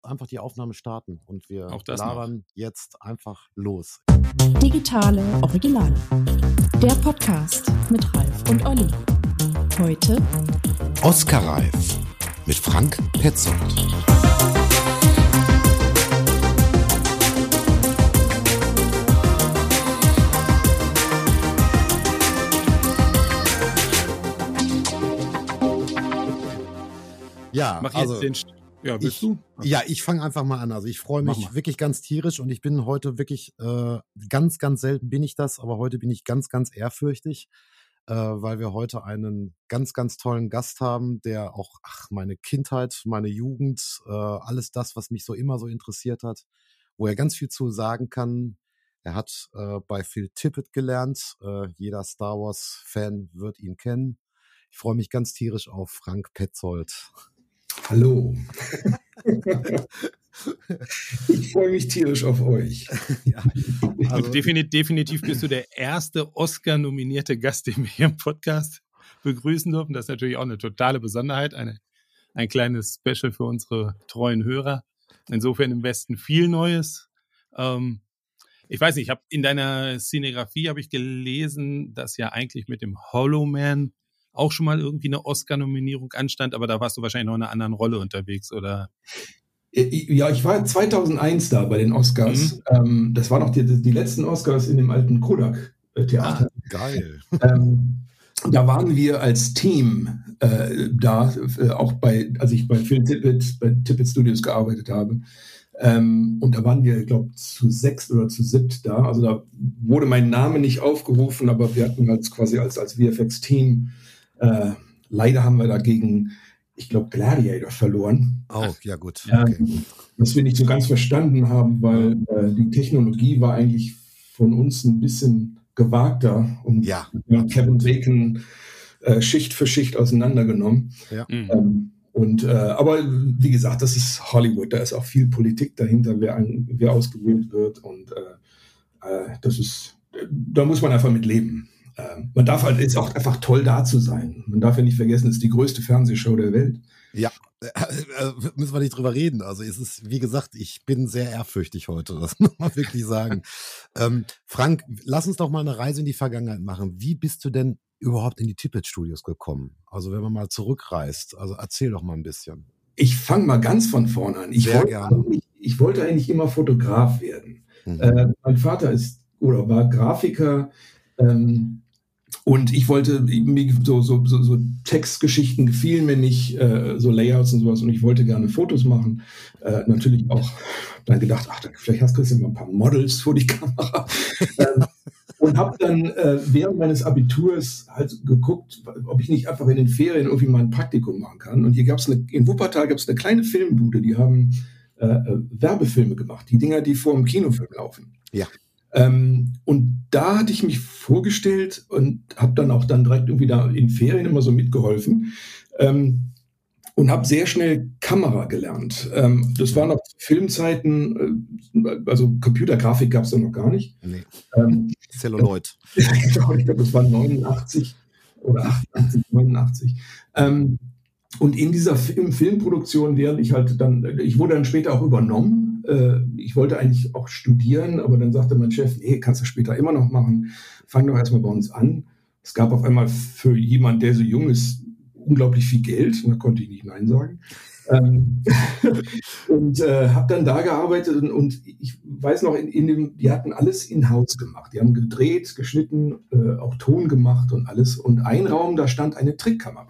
einfach die Aufnahme starten und wir Auch das labern jetzt einfach los. Digitale Originale. Der Podcast mit Ralf und Olli. Heute Oscar-reif mit Frank Petzold. Ja, Mach also jetzt willst du? Ja, ich fange einfach mal an. Also ich freue mich wirklich ganz tierisch und ich bin heute wirklich ganz, ganz selten bin ich das, aber heute bin ich ganz, ganz ehrfürchtig, weil wir heute einen ganz, ganz tollen Gast haben, der auch meine Kindheit, meine Jugend, alles das, was mich so immer so interessiert hat, wo er ganz viel zu sagen kann. Er hat bei Phil Tippett gelernt. Jeder Star Wars-Fan wird ihn kennen. Ich freue mich ganz tierisch auf Frank Petzold. Hallo. Ich freue mich tierisch auf euch. Ja, also definitiv bist du der erste Oscar-nominierte Gast, den wir hier im Podcast begrüßen dürfen. Das ist natürlich auch eine totale Besonderheit, ein kleines Special für unsere treuen Hörer. Insofern im Westen viel Neues. Ich weiß nicht, in deiner Szenografie habe ich gelesen, dass ja eigentlich mit dem Hollow Man auch schon mal irgendwie eine Oscar-Nominierung anstand, aber da warst du wahrscheinlich noch in einer anderen Rolle unterwegs, oder? Ja, ich war 2001 da bei den Oscars. Das waren noch die letzten Oscars in dem alten Kodak-Theater. Geil. Da waren wir als Team auch als ich bei Phil Tippett, bei Tippett Studios gearbeitet habe. Und da waren wir, ich glaube, zu 6 oder zu 7 da. Also da wurde mein Name nicht aufgerufen, aber wir hatten quasi als VFX-Team leider haben wir dagegen, ich glaube, Gladiator verloren. Oh, ja gut. Okay. Was wir nicht so ganz verstanden haben, weil die Technologie war eigentlich von uns ein bisschen gewagter und Kevin Bacon Schicht für Schicht auseinandergenommen. Ja. Aber wie gesagt, das ist Hollywood, da ist auch viel Politik dahinter, wer ausgewählt wird und da muss man einfach mit leben. Man darf ist auch einfach toll da zu sein. Man darf ja nicht vergessen, es ist die größte Fernsehshow der Welt. Ja, müssen wir nicht drüber reden. Also es ist, wie gesagt, ich bin sehr ehrfürchtig heute, das muss man wirklich sagen. Frank, lass uns doch mal eine Reise in die Vergangenheit machen. Wie bist du denn überhaupt in die Tippett Studios gekommen? Also wenn man mal zurückreist, also erzähl doch mal ein bisschen. Ich fange mal ganz von vorne an. Ich wollte eigentlich immer Fotograf werden. Mein Vater war Grafiker, und ich wollte, so Textgeschichten gefielen mir nicht, so Layouts und sowas, und ich wollte gerne Fotos machen. Natürlich auch dann gedacht, vielleicht hast du ja mal ein paar Models vor die Kamera. Und habe dann während meines Abiturs halt geguckt, ob ich nicht einfach in den Ferien irgendwie mal ein Praktikum machen kann. Und hier in Wuppertal gab es eine kleine Filmbude, die haben Werbefilme gemacht, die Dinger, die vor dem Kinofilm laufen. Ja. Und da hatte ich mich vorgestellt und habe dann auch direkt irgendwie da in Ferien immer so mitgeholfen und habe sehr schnell Kamera gelernt. Das waren noch Filmzeiten, also Computergrafik gab es da noch gar nicht. Nee. Celluloid. Ich glaube, das war 89 oder 88, 89. Und in dieser Filmproduktion, ich wurde dann später auch übernommen. Ich wollte eigentlich auch studieren, aber dann sagte mein Chef, nee, kannst du später immer noch machen. Fang doch erstmal bei uns an. Es gab auf einmal für jemanden, der so jung ist, unglaublich viel Geld. Da konnte ich nicht Nein sagen. Und habe dann da gearbeitet und ich weiß noch, die hatten alles in-house gemacht. Die haben gedreht, geschnitten, auch Ton gemacht und alles. Und ein Raum, da stand eine Trickkamera.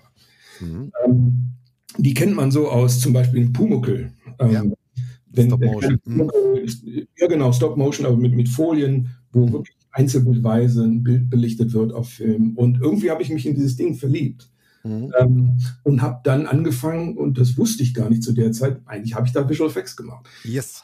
Die kennt man so aus zum Beispiel in Pumuckl. Stop Motion. Ja, genau, Stop Motion, aber mit Folien, wo wirklich einzelbildweise ein Bild belichtet wird auf Film. Und irgendwie habe ich mich in dieses Ding verliebt. Und habe dann angefangen, und das wusste ich gar nicht zu der Zeit, eigentlich habe ich da Visual Effects gemacht. Yes.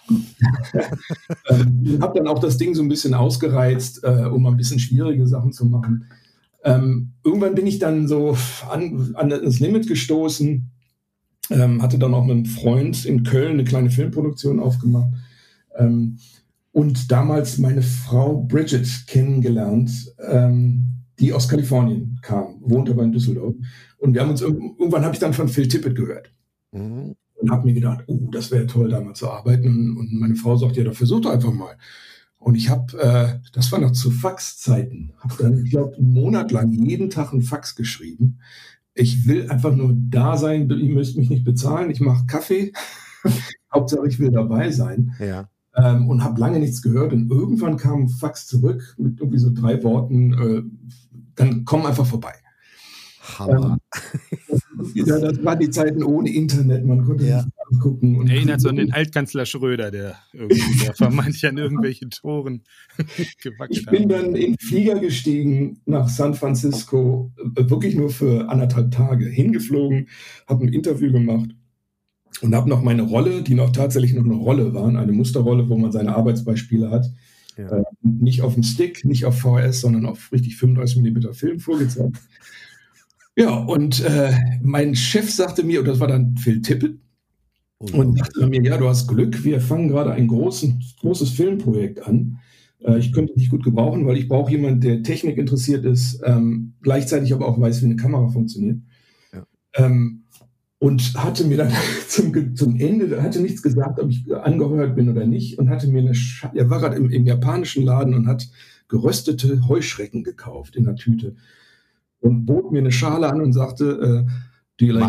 Habe dann auch das Ding so ein bisschen ausgereizt, um ein bisschen schwierige Sachen zu machen. Irgendwann bin ich dann so an das Limit gestoßen, hatte dann auch mit einem Freund in Köln eine kleine Filmproduktion aufgemacht und damals meine Frau Bridget kennengelernt, die aus Kalifornien kam, wohnt aber in Düsseldorf. Und wir haben uns irgendwann habe ich dann von Phil Tippett gehört. Und habe mir gedacht, das wäre toll, da mal zu arbeiten. Und meine Frau sagt, ja, da versuch doch einfach mal. Und ich habe, das war noch zu Faxzeiten, habe dann, ich glaube, einen Monat lang jeden Tag einen Fax geschrieben. Ich will einfach nur da sein, ihr müsst mich nicht bezahlen, ich mache Kaffee. Hauptsache, ich will dabei sein. Ja. Und habe lange nichts gehört. Und irgendwann kam ein Fax zurück mit irgendwie so 3 Worten, dann komm einfach vorbei. Hammer. Ja, das waren die Zeiten ohne Internet, man konnte nicht angucken. Und erinnert so an den Altkanzler Schröder, der vermeintlich an irgendwelche Toren gewackelt hat. Ich bin dann in den Flieger gestiegen nach San Francisco, wirklich nur für 1,5 Tage hingeflogen, habe ein Interview gemacht und habe noch meine Rolle, die noch tatsächlich noch eine Rolle waren, eine Musterrolle, wo man seine Arbeitsbeispiele hat, nicht auf dem Stick, nicht auf VHS, sondern auf richtig 35 mm Film vorgezeigt. Ja, und mein Chef sagte mir, und das war dann Phil Tippett, und sagte mir, ja, du hast Glück, wir fangen gerade ein großes Filmprojekt an. Ich könnte dich gut gebrauchen, weil ich brauche jemanden, der Technik interessiert ist, gleichzeitig aber auch weiß, wie eine Kamera funktioniert. Ja. Und hatte mir dann zum Ende, hatte nichts gesagt, ob ich angeheuert bin oder nicht, und hatte mir er war gerade im japanischen Laden und hat geröstete Heuschrecken gekauft in einer Tüte. Und bot mir eine Schale an und sagte, do you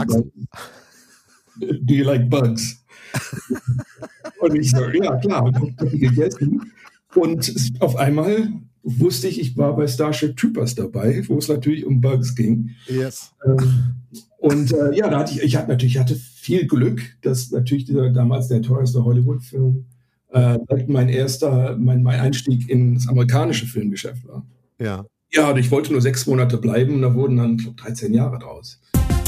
like bugs? Und ich so, ja klar, und habe die gegessen. Und auf einmal wusste ich war bei Starship Troopers dabei, wo es natürlich um Bugs ging. Yes. Und da hatte viel Glück, dass natürlich damals der teuerste Hollywood-Film mein Einstieg in das amerikanische Filmgeschäft war. Ja. Ja, und ich wollte nur 6 Monate bleiben und da wurden dann, ich glaube, 13 Jahre draus.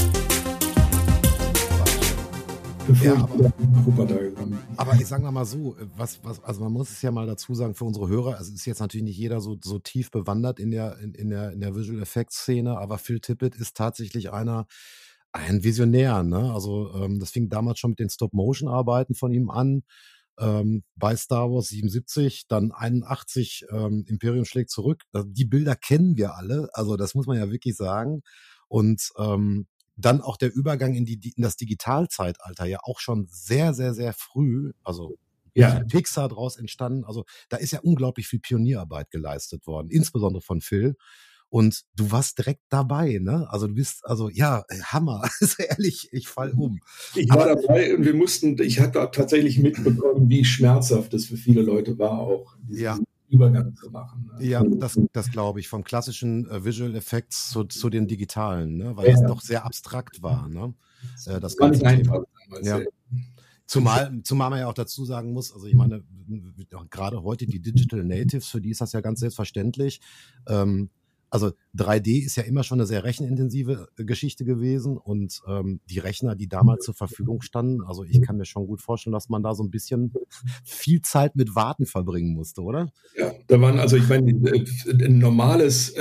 Aber ich sage mal so, also man muss es ja mal dazu sagen für unsere Hörer, also ist jetzt natürlich nicht jeder so tief bewandert in der Visual Effects Szene, aber Phil Tippett ist tatsächlich ein Visionär, ne? Also das fing damals schon mit den Stop-Motion-Arbeiten von ihm an. Bei Star Wars 77, dann 81, Imperium schlägt zurück. Die Bilder kennen wir alle, also das muss man ja wirklich sagen. Und dann auch der Übergang in das Digitalzeitalter, ja auch schon sehr, sehr, sehr früh, also Pixar daraus entstanden. Also da ist ja unglaublich viel Pionierarbeit geleistet worden, insbesondere von Phil. Und du warst direkt dabei, ne? Also du bist, Hammer. Also ehrlich, ich fall um. Ich war dabei und ich hatte tatsächlich mitbekommen, wie schmerzhaft es für viele Leute war, auch diesen Übergang zu machen. Ne? Ja, das glaube ich, vom klassischen Visual Effects zu den digitalen, ne? Weil das doch sehr abstrakt war, ne? Das war nicht einfach. Ja. Zumal man ja auch dazu sagen muss, also ich meine, gerade heute die Digital Natives, für die ist das ja ganz selbstverständlich. Also 3D ist ja immer schon eine sehr rechenintensive Geschichte gewesen und die Rechner, die damals zur Verfügung standen, also ich kann mir schon gut vorstellen, dass man da so ein bisschen viel Zeit mit Warten verbringen musste, oder? Ja, da waren, also ich meine, ein normales,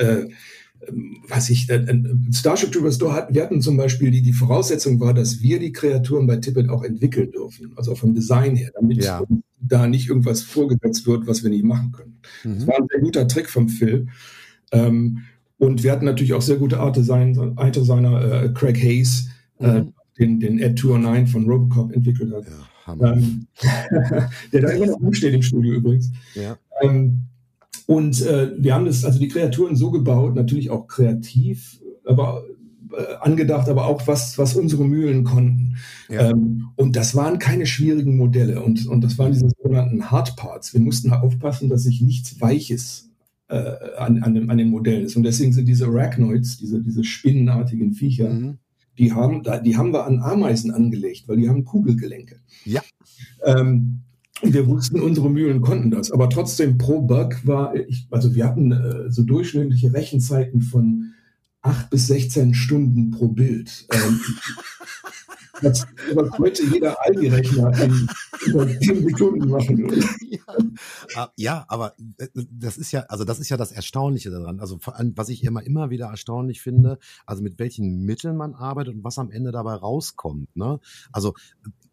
Starship Troopers, wir hatten zum Beispiel, die Voraussetzung war, dass wir die Kreaturen bei Tippett auch entwickeln dürfen, also vom Design her, damit da nicht irgendwas vorgesetzt wird, was wir nicht machen können. Das war ein sehr guter Trick vom Phil. Und wir hatten natürlich auch sehr gute Art-Designer, Craig Hayes, den Ed 209 von Robocop entwickelt hat. Ja, der da immer noch rumsteht im Studio übrigens. Ja. Und wir haben die Kreaturen so gebaut, natürlich auch kreativ, aber angedacht, aber auch was unsere Mühlen konnten. Ja. Und das waren keine schwierigen Modelle und das waren diese sogenannten Hardparts. Wir mussten aufpassen, dass sich nichts Weiches an den Modellen ist. Und deswegen sind diese Arachnoids, diese spinnenartigen Viecher, die haben wir an Ameisen angelegt, weil die haben Kugelgelenke. Ja. Und wir wussten, unsere Mühlen konnten das. Aber trotzdem pro Bug wir hatten so durchschnittliche Rechenzeiten von 8 bis 16 Stunden pro Bild. Was heute jeder Aldi-Rechner in 10 Sekunden machen würde. Ja, aber das ist ja das Erstaunliche daran. Also was ich immer wieder erstaunlich finde, also mit welchen Mitteln man arbeitet und was am Ende dabei rauskommt. Ne? Also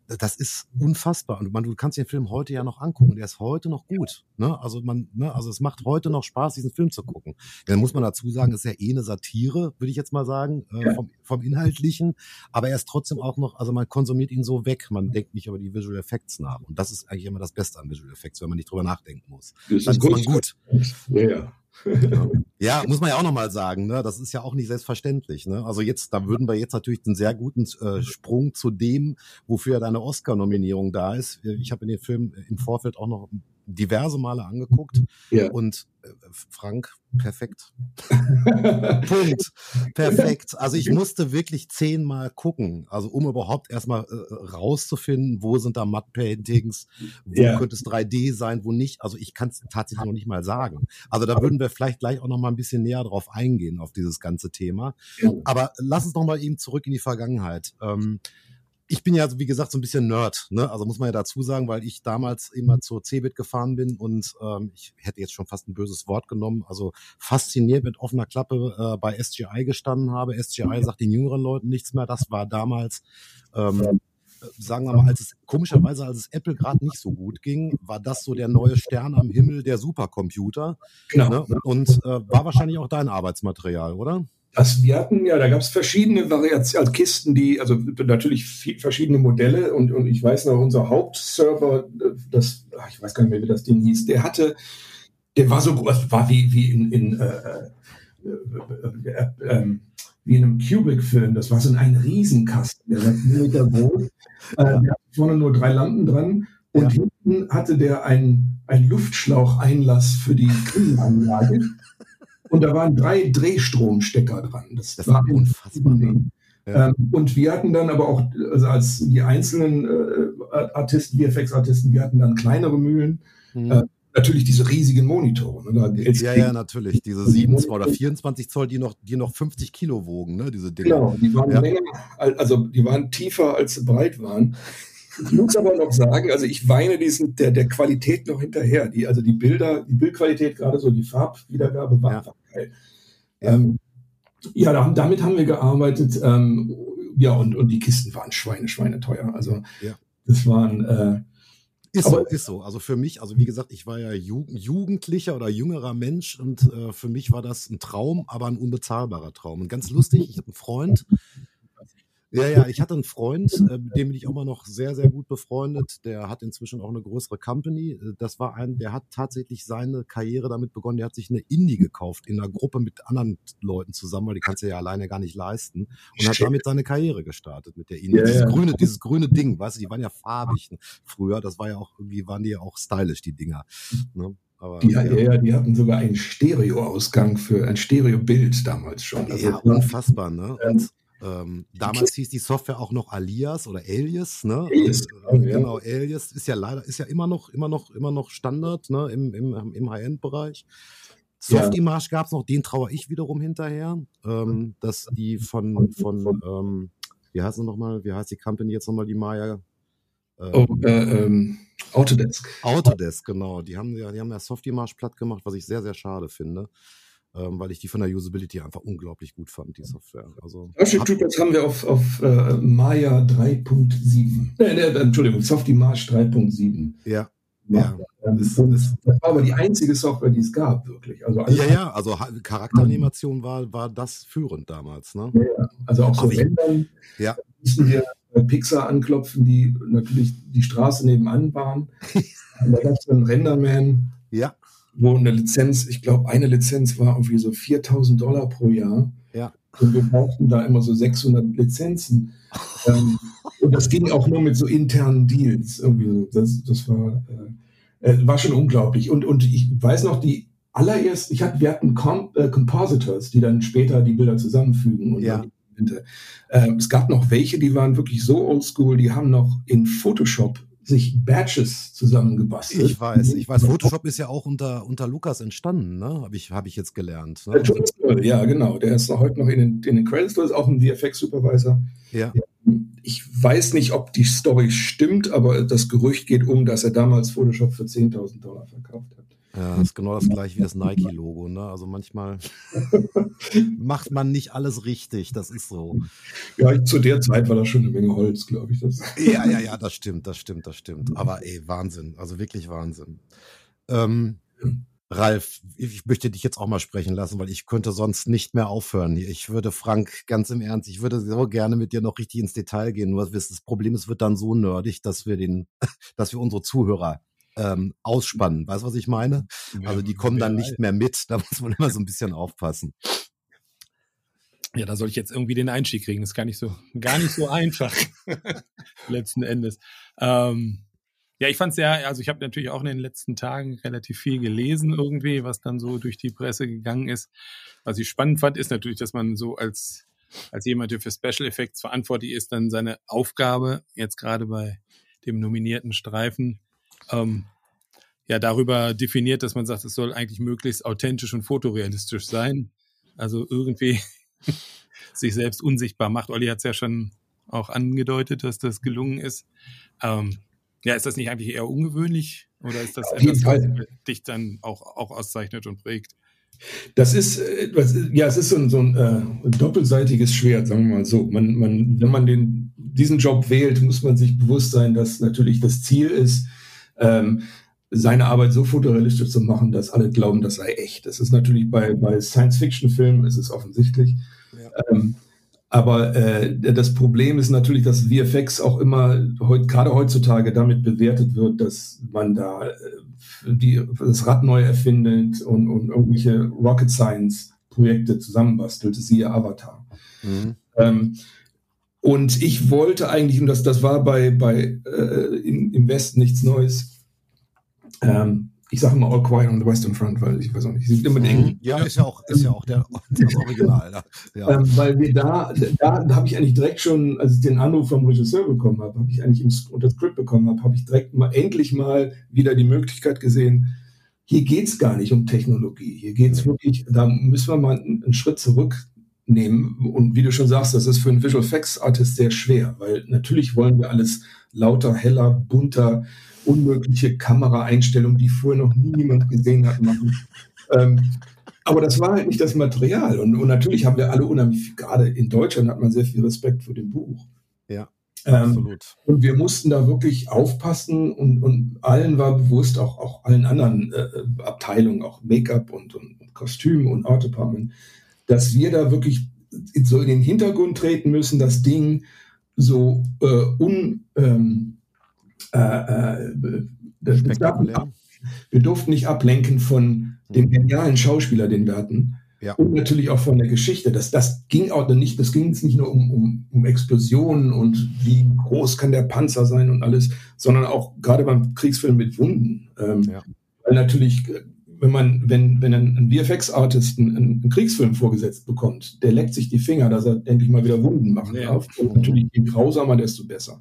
das ist unfassbar. Und du kannst den Film heute ja noch angucken. Der ist heute noch gut. Ne? Also es macht heute noch Spaß, diesen Film zu gucken. Dann muss man dazu sagen, es ist ja eine Satire, würde ich jetzt mal sagen, vom Inhaltlichen. Aber er ist trotzdem auch noch, also man konsumiert ihn so weg. Man denkt nicht über die Visual Effects nach. Und das ist eigentlich immer das Beste an Visual Effects, wenn man nicht drüber nachdenken muss. Dann ist man gut. Ja. Ja, muss man ja auch nochmal sagen, ne? Das ist ja auch nicht selbstverständlich, ne? Also da würden wir jetzt natürlich einen sehr guten Sprung zu dem, wofür deine Oscar-Nominierung da ist. Ich habe den Film im Vorfeld auch noch diverse Male angeguckt und Frank, perfekt. Punkt. Perfekt. Also ich musste wirklich 10-mal gucken, also um überhaupt erstmal rauszufinden, wo sind da Matte-Paintings, wo könnte es 3D sein, wo nicht. Also ich kann es tatsächlich noch nicht mal sagen. Also da würden wir vielleicht gleich auch noch mal ein bisschen näher drauf eingehen, auf dieses ganze Thema. Aber lass uns noch mal eben zurück in die Vergangenheit. Ich bin ja, wie gesagt, so ein bisschen Nerd, ne? Also muss man ja dazu sagen, weil ich damals immer zur CeBIT gefahren bin und ich hätte jetzt schon fast ein böses Wort genommen, also fasziniert mit offener Klappe bei SGI gestanden habe. SGI sagt den jüngeren Leuten nichts mehr. Das war damals, sagen wir mal, komischerweise, als es Apple gerade nicht so gut ging, war das so der neue Stern am Himmel, der Supercomputer. Genau. Ne? Und war wahrscheinlich auch dein Arbeitsmaterial, oder? Wir hatten, da gab es verschiedene Variationen, also Kisten, also natürlich verschiedene Modelle und ich weiß noch, unser Hauptserver, ich weiß gar nicht mehr, wie das Ding hieß, der war so groß, war wie in einem Kubrick-Film, das war so ein Riesenkasten, der war 4 Meter groß, der hatte vorne nur 3 Lampen dran und hinten hatte der einen Luftschlaucheinlass für die Kühlanlage. Und da waren 3 Drehstromstecker dran. Das war unfassbar. Und wir hatten dann aber auch, also als die einzelnen Artisten, VFX-Artisten, wir hatten dann kleinere Mühlen. Natürlich diese riesigen Monitore. Ne? Ja, natürlich. Diese 27 oder 24 Zoll, die noch 50 Kilo wogen, ne? Diese Dinge. Genau, die waren länger, also die waren tiefer, als sie breit waren. Ich muss aber noch sagen, also ich weine der Qualität noch hinterher. Die Bildqualität, gerade so die Farbwiedergabe war einfach geil. Damit haben wir gearbeitet. Und die Kisten waren schweineteuer. Also das waren... Ist so. Also für mich, also wie gesagt, ich war ja Jugendlicher oder jüngerer Mensch und für mich war das ein Traum, aber ein unbezahlbarer Traum. Und ganz lustig, ich habe einen Freund, ich hatte einen Freund, mit dem bin ich auch immer noch sehr, sehr gut befreundet. Der hat inzwischen auch eine größere Company. Der hat tatsächlich seine Karriere damit begonnen. Der hat sich eine Indie gekauft in einer Gruppe mit anderen Leuten zusammen, weil die kannst du ja alleine gar nicht leisten. Und hat damit seine Karriere gestartet mit der Indie. Dieses grüne Ding, weißt du, die waren ja farbig früher. Das war ja auch irgendwie, waren die ja auch stylisch, die Dinger. Ne? Aber, die hatten sogar einen Stereoausgang für ein Stereobild damals schon. Also, unfassbar, ne? Und damals hieß die Software auch noch Alias oder Alias, ne? Genau, Alias ist ja immer noch Standard, ne? Im High-End-Bereich. Softimage gab es noch, den traue ich wiederum hinterher, dass die von wie heißt die Company jetzt nochmal, die Maya? Autodesk. Autodesk, genau. Die haben ja Softimage platt gemacht, was ich sehr, sehr schade finde. Weil ich die von der Usability einfach unglaublich gut fand, die Software. Also, Starship Troopers haben wir auf Maya 3.7. Entschuldigung, Softimage 3.7. Ja. Das war aber die einzige Software, die es gab, wirklich. Also also Charakteranimation war das führend damals. Ne? Ja, also auch so Rendern. Mussten wir Pixar anklopfen, die natürlich die Straße nebenan waren. Und da gab es einen Renderman. Ja. Wo eine Lizenz, ich glaube, eine Lizenz war irgendwie so $4.000 pro Jahr. Ja. Und wir brauchten da immer so 600 Lizenzen. Und das ging auch nur mit so internen Deals. Irgendwie. Das war schon unglaublich. Und ich weiß noch, wir hatten Compositors, die dann später die Bilder zusammenfügen. Und es gab noch welche, die waren wirklich so oldschool, die haben noch in Photoshop sich Batches zusammengebastelt. Ich weiß. Photoshop ist ja auch unter Lukas entstanden, ne? Habe ich jetzt gelernt. Ne? Ja, genau. Der ist heute noch in den Credits, ist auch ein VFX-Supervisor. Ja. Ich weiß nicht, ob die Story stimmt, aber das Gerücht geht dass er damals Photoshop für $10.000 verkauft hat. Ja, das ist genau das gleiche wie das Nike-Logo, ne? Also manchmal macht man nicht alles richtig, das ist so. Ja, zu der Zeit war das schon eine Menge Holz, glaube ich. Ja, das stimmt. Aber Wahnsinn, also wirklich Wahnsinn. Ralf, ich möchte dich jetzt auch mal sprechen lassen, weil ich könnte sonst nicht mehr aufhören. Ich würde, Frank, ganz im Ernst, ich würde so gerne mit dir noch richtig ins Detail gehen. Nur das Problem, es wird dann so nerdig, dass wir unsere Zuhörer ausspannen. Weißt du, was ich meine? Also die kommen dann nicht mehr mit. Da muss man immer so ein bisschen aufpassen. Ja, da soll ich jetzt irgendwie den Einstieg kriegen. Das ist gar nicht so einfach. Letzten Endes. Ja, ich fand es also ich habe natürlich auch in den letzten Tagen relativ viel gelesen irgendwie, was dann so durch die Presse gegangen ist. Was ich spannend fand, ist natürlich, dass man so als jemand, der für Special Effects verantwortlich ist, dann seine Aufgabe, jetzt gerade bei dem nominierten Streifen, darüber definiert, dass man sagt, es soll eigentlich möglichst authentisch und fotorealistisch sein. Also irgendwie sich selbst unsichtbar macht. Olli hat es ja schon auch angedeutet, dass das gelungen ist. Ist das nicht eigentlich eher ungewöhnlich? Oder ist das etwas, was dich dann auch auszeichnet und prägt? Es ist so ein doppelseitiges Schwert, sagen wir mal so. Wenn man diesen Job wählt, muss man sich bewusst sein, dass natürlich das Ziel ist, seine Arbeit so fotorealistisch zu machen, dass alle glauben, das sei echt. Das ist natürlich bei Science-Fiction-Filmen ist es offensichtlich. Ja. Aber das Problem ist natürlich, dass VFX auch immer, gerade heutzutage, damit bewertet wird, dass man da das Rad neu erfindet und irgendwelche Rocket Science-Projekte zusammenbastelt, siehe Avatar. Mhm. Und ich wollte eigentlich, und das war im Westen nichts Neues, ich sage immer All Quiet on the Western Front, weil ich weiß auch nicht, immer denken. Ja, ist ja auch das Original. Ja. Weil wir da habe ich eigentlich direkt schon, als ich den Anruf vom Regisseur bekommen habe, habe ich eigentlich und das Skript bekommen habe, habe ich direkt endlich mal wieder die Möglichkeit gesehen, hier geht es gar nicht um Technologie. Hier geht es wirklich, da müssen wir mal einen Schritt zurücknehmen. Und wie du schon sagst, das ist für einen Visual Effects Artist sehr schwer, weil natürlich wollen wir alles lauter, heller, bunter, unmögliche Kameraeinstellungen, die vorher noch nie jemand gesehen hat, machen. Aber das war halt nicht das Material. Und natürlich haben wir alle unheimlich, gerade in Deutschland hat man sehr viel Respekt vor dem Buch. Ja, absolut. Und wir mussten da wirklich aufpassen und allen war bewusst, auch allen anderen Abteilungen, auch Make-up und Kostüm und Art Department, dass wir da wirklich so in den Hintergrund treten müssen, das Ding so wir durften nicht ablenken von dem genialen Schauspieler, den wir hatten. Ja. Und natürlich auch von der Geschichte. Das ging auch nicht, das ging jetzt nicht nur um Explosionen und wie groß kann der Panzer sein und alles, sondern auch gerade beim Kriegsfilm mit Wunden. Weil natürlich, wenn ein VFX-Artist einen Kriegsfilm vorgesetzt bekommt, der leckt sich die Finger, dass er endlich mal wieder Wunden machen darf. Und natürlich, je grausamer, desto besser.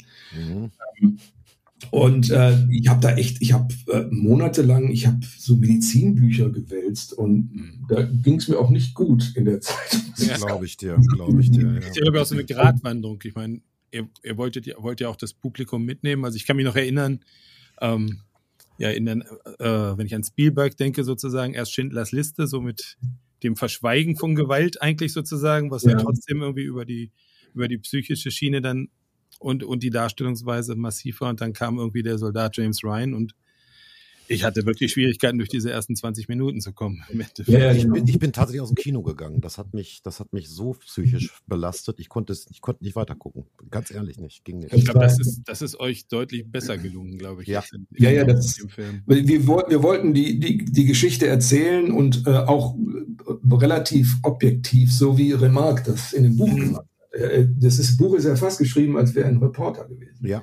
Und ich habe monatelang, so Medizinbücher gewälzt und da ging es mir auch nicht gut in der Zeit. Ja, glaube ich dir. Ja. Ich glaube auch so eine Gratwanderung. Ich meine, ihr wollt ja auch das Publikum mitnehmen. Also ich kann mich noch erinnern, wenn ich an Spielberg denke sozusagen, erst Schindlers Liste, so mit dem Verschweigen von Gewalt eigentlich sozusagen, was ja trotzdem irgendwie über die psychische Schiene dann und die Darstellungsweise massiv war. Und dann kam irgendwie der Soldat James Ryan und ich hatte wirklich Schwierigkeiten, durch diese ersten 20 Minuten zu kommen. Ja, ich bin tatsächlich aus dem Kino gegangen. Das hat mich so psychisch belastet. Ich konnte nicht weitergucken. Ganz ehrlich nicht. Ging nicht. Ich glaube, das ist euch deutlich besser gelungen, glaube ich. Ja, dem Film. Wir wollten die Geschichte erzählen und auch relativ objektiv, so wie Remarque das in dem Buch gemacht hat. Das Buch ist ja fast geschrieben, als wäre ein Reporter gewesen. Ja.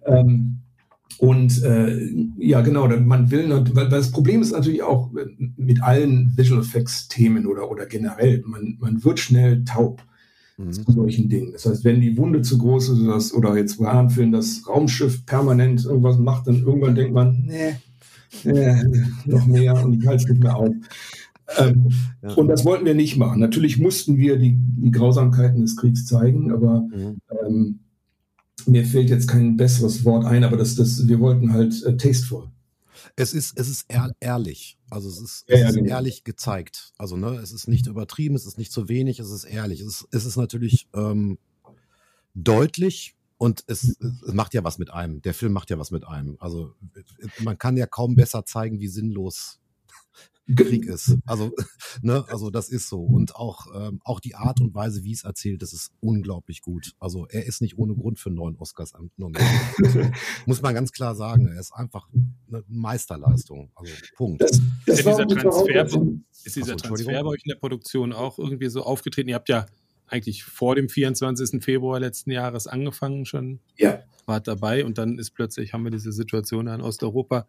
Genau, man will, weil das Problem ist natürlich auch mit allen Visual Effects Themen oder generell, man wird schnell taub zu solchen Dingen. Das heißt, wenn die Wunde zu groß ist oder jetzt bei anderen Filmen das Raumschiff permanent irgendwas macht, dann irgendwann denkt man, noch mehr und ich halte es nicht mehr auf. Und das wollten wir nicht machen. Natürlich mussten wir die Grausamkeiten des Kriegs zeigen, aber mir fehlt jetzt kein besseres Wort ein, aber wir wollten halt tasteful. Es ist ehrlich. Also es ist ehrlich gezeigt. Also es ist nicht übertrieben, es ist nicht zu wenig, es ist ehrlich. Es ist natürlich deutlich und es macht ja was mit einem. Der Film macht ja was mit einem. Also man kann ja kaum besser zeigen, wie sinnlos Krieg ist. Also also das ist so. Und auch die Art und Weise, wie es erzählt, das ist unglaublich gut. Also er ist nicht ohne Grund für 9 Oscars nominiert. Muss man ganz klar sagen. Er ist einfach eine Meisterleistung. Also Punkt. Ist dieser Transfer bei euch in der Produktion auch irgendwie so aufgetreten? Ihr habt ja eigentlich vor dem 24. Februar letzten Jahres angefangen schon. Ja. Wart dabei und dann haben wir diese Situation in Osteuropa.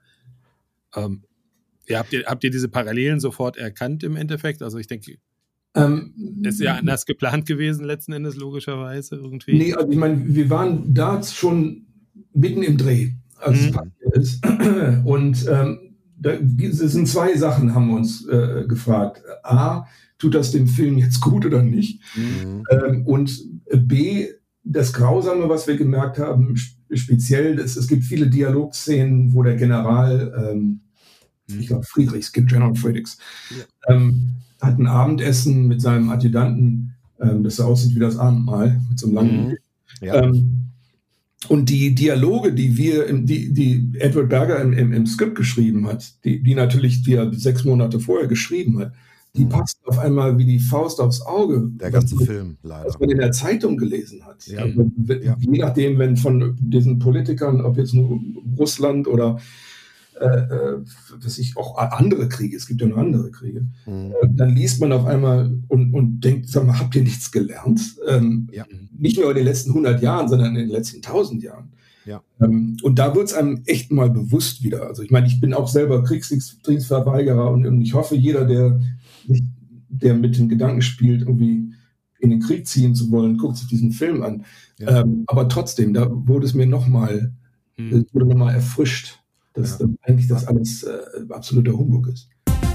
Habt ihr diese Parallelen sofort erkannt im Endeffekt? Also ich denke, ist ja anders geplant gewesen letzten Endes logischerweise irgendwie. Nee, also ich meine, wir waren da schon mitten im Dreh, als es passiert ist. Und es sind 2 Sachen, haben wir uns gefragt. A, tut das dem Film jetzt gut oder nicht? Und B, das Grausame, was wir gemerkt haben, speziell, es gibt viele Dialogszenen, wo der General ich glaube General Friedrichs, hat ein Abendessen mit seinem Adjutanten, das so aussieht wie das Abendmahl, mit so einem langen und die Dialoge, die Edward Berger im Skript geschrieben hat, die natürlich, die er 6 Monate vorher geschrieben hat, die passt auf einmal wie die Faust aufs Auge. Der ganze Film, leider. Was man in der Zeitung gelesen hat. Ja. Je nachdem, wenn von diesen Politikern, ob jetzt nur Russland oder auch andere Kriege, es gibt ja noch andere Kriege, dann liest man auf einmal und denkt, sag mal, habt ihr nichts gelernt? Nicht nur in den letzten 100 Jahren, sondern in den letzten 1000 Jahren. Ja. Und da wird es einem echt mal bewusst wieder. Also ich meine, ich bin auch selber Kriegsverweigerer und ich hoffe, jeder, der mit dem Gedanken spielt, irgendwie in den Krieg ziehen zu wollen, guckt sich diesen Film an. Ja. Aber trotzdem, da wurde es mir nochmal erfrischt, dass eigentlich das alles absoluter Humbug ist.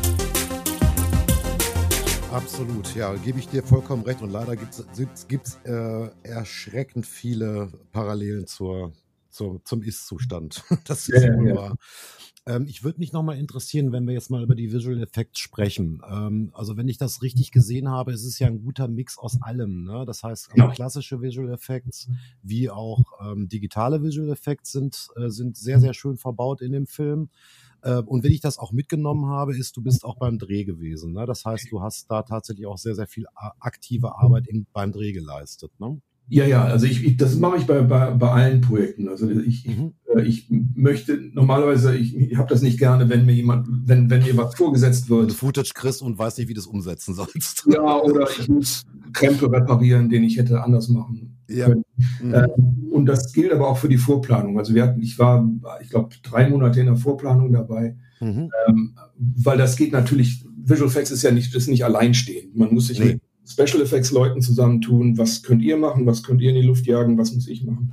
Absolut, ja, gebe ich dir vollkommen recht. Und leider gibt's erschreckend viele Parallelen zum Ist-Zustand. Das ist wohl wahr. Ich würde mich nochmal interessieren, wenn wir jetzt mal über die Visual Effects sprechen. Also wenn ich das richtig gesehen habe, ist es ja ein guter Mix aus allem. Ne? Das heißt, klassische Visual Effects wie auch digitale Visual Effects sind sehr, sehr schön verbaut in dem Film. Und wenn ich das auch mitgenommen habe, du bist auch beim Dreh gewesen. Ne? Das heißt, du hast da tatsächlich auch sehr, sehr viel aktive Arbeit beim Dreh geleistet. Ne? Ja, also das mache ich bei allen Projekten. Also ich möchte normalerweise, ich habe das nicht gerne, wenn mir was vorgesetzt wird. Wenn du Footage kriegst und weißt nicht, wie du es umsetzen sollst. Ja, oder ich muss Krempel reparieren, den ich hätte anders machen können. Und das gilt aber auch für die Vorplanung. Also ich war, ich glaube, 3 Monate in der Vorplanung dabei, weil das geht natürlich, Visual Effects ist nicht alleinstehend. Man muss sich mit Special Effects Leuten zusammentun, was könnt ihr machen, was könnt ihr in die Luft jagen, was muss ich machen.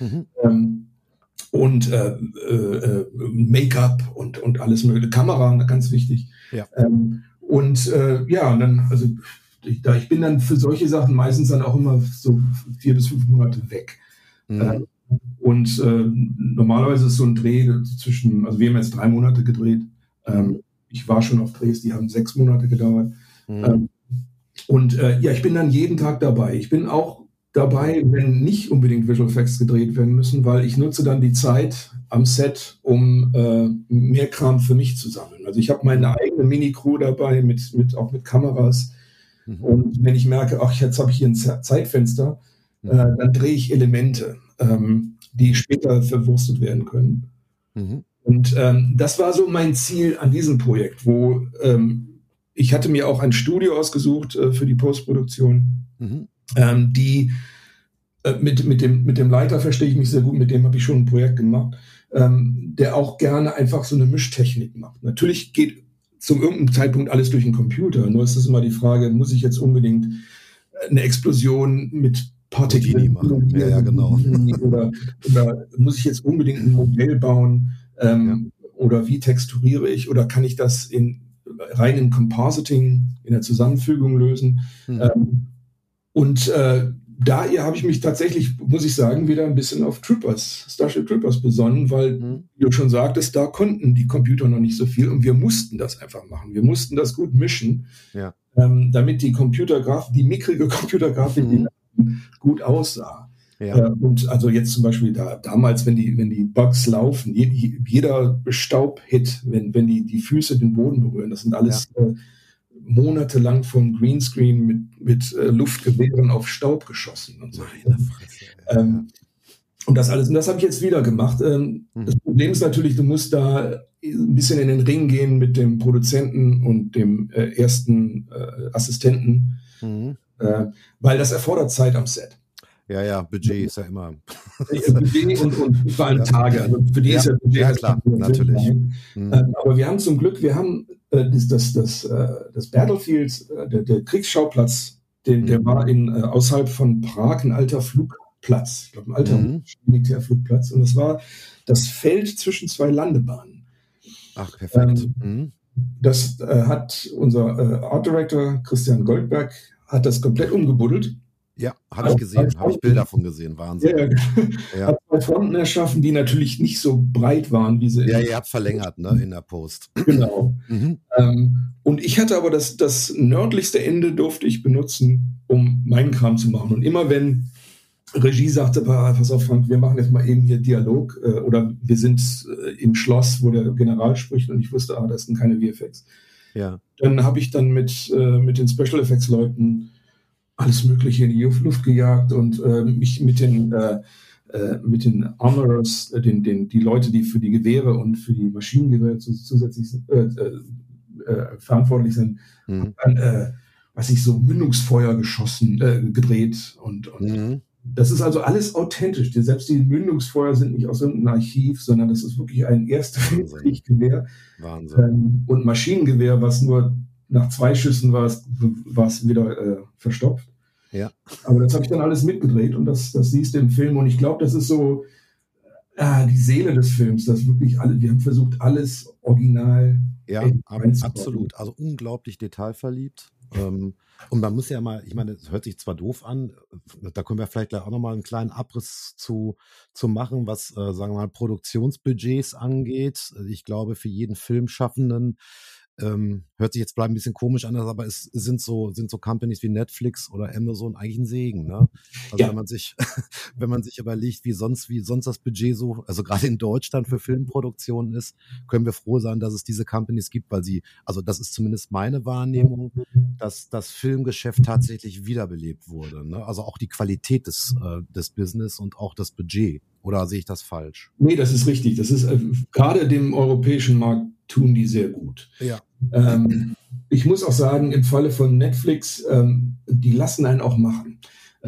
Und Make-up und alles mögliche, Kamera, ganz wichtig. Ja. Und dann, also ich bin dann für solche Sachen meistens dann auch immer so 4 bis 5 Monate weg. Und normalerweise ist so ein Dreh also wir haben jetzt 3 Monate gedreht. Ich war schon auf Drehs, die haben 6 Monate gedauert. Ich bin dann jeden Tag dabei. Ich bin auch dabei, wenn nicht unbedingt Visual Effects gedreht werden müssen, weil ich nutze dann die Zeit am Set, um mehr Kram für mich zu sammeln. Also ich habe meine eigene Mini-Crew dabei, auch mit Kameras. Und wenn ich merke, jetzt habe ich hier ein Zeitfenster, dann drehe ich Elemente, die später verwurstet werden können. Und das war so mein Ziel an diesem Projekt, wo ich hatte mir auch ein Studio ausgesucht für die Postproduktion, die mit dem Leiter verstehe ich mich sehr gut, mit dem habe ich schon ein Projekt gemacht, der auch gerne einfach so eine Mischtechnik macht. Natürlich geht zum irgendeinem Zeitpunkt alles durch den Computer, nur ist das immer die Frage, muss ich jetzt unbedingt eine Explosion mit Partikeln machen? Ja, genau. Oder muss ich jetzt unbedingt ein Modell bauen? Oder wie texturiere ich? Oder kann ich das rein in Compositing, in der Zusammenfügung lösen? Und da habe ich mich tatsächlich, muss ich sagen, wieder ein bisschen auf Starship Troopers besonnen, weil, wie du schon sagtest, da konnten die Computer noch nicht so viel und wir mussten das einfach machen. Wir mussten das gut mischen, damit die mickrige Computergrafik gut aussah. Ja. Und also jetzt zum Beispiel damals, wenn die Bugs laufen, jeder Staubhit, wenn die Füße den Boden berühren, das sind alles monatelang vom Greenscreen mit Luftgewehren auf Staub geschossen und so. Und das alles, und das habe ich jetzt wieder gemacht. Das Problem ist natürlich, du musst da ein bisschen in den Ring gehen mit dem Produzenten und dem ersten Assistenten, weil das erfordert Zeit am Set. Ja, Budget ist ja immer. Budget und vor allem Tage. Also für die ist ja Budget. Ja, klar, natürlich. Aber wir haben zum Glück, das Battlefield, der Kriegsschauplatz, der war außerhalb von Prag ein alter Flugplatz. Ich glaube, ein alter Militärflugplatz. Und das war das Feld zwischen zwei Landebahnen. Ach, perfekt. Das hat unser Art Director Christian Goldberg hat das komplett umgebuddelt. Ja, habe ich gesehen, habe ich Bilder von gesehen, Wahnsinn. Ja. Hat zwei Fronten erschaffen, die natürlich nicht so breit waren, wie sie. Ja, ihr habt verlängert, ne, in der Post. Genau. Und ich hatte aber das nördlichste Ende durfte ich benutzen, um meinen Kram zu machen. Und immer wenn Regie sagte, pass auf Frank, wir machen jetzt mal eben hier Dialog oder wir sind im Schloss, wo der General spricht und ich wusste, das sind keine VFX. Ja. Dann habe ich dann mit den Special Effects Leuten alles Mögliche in die Luft gejagt und mich mit den Armorers, die Leute, die für die Gewehre und für die Maschinengewehre zusätzlich verantwortlich sind, dann, so Mündungsfeuer gedreht und das ist also alles authentisch. Selbst die Mündungsfeuer sind nicht aus irgendeinem Archiv, sondern das ist wirklich ein Erste-Weltkrieg-Gewehr. Wahnsinn. Und Maschinengewehr, was nur nach 2 Schüssen war es wieder verstopft. Ja. Aber das habe ich dann alles mitgedreht und das siehst du im Film. Und ich glaube, das ist so die Seele des Films, dass wirklich wir haben versucht, alles original. Ja, absolut. Also unglaublich detailverliebt. Und man muss ja mal, ich meine, es hört sich zwar doof an, da können wir vielleicht gleich auch nochmal einen kleinen Abriss zu machen, was, sagen wir mal, Produktionsbudgets angeht. Ich glaube, für jeden Filmschaffenden hört sich jetzt vielleicht ein bisschen komisch an, aber es sind so Companies wie Netflix oder Amazon eigentlich ein Segen, ne? Also wenn man sich überlegt, wie sonst das Budget so, also gerade in Deutschland für Filmproduktionen ist, können wir froh sein, dass es diese Companies gibt, weil also das ist zumindest meine Wahrnehmung, dass das Filmgeschäft tatsächlich wiederbelebt wurde, ne? Also auch die Qualität des Business und auch das Budget. Oder sehe ich das falsch? Nee, das ist richtig. Das ist gerade dem europäischen Markt tun die sehr gut. Ja. Ich muss auch sagen, im Falle von Netflix, die lassen einen auch machen.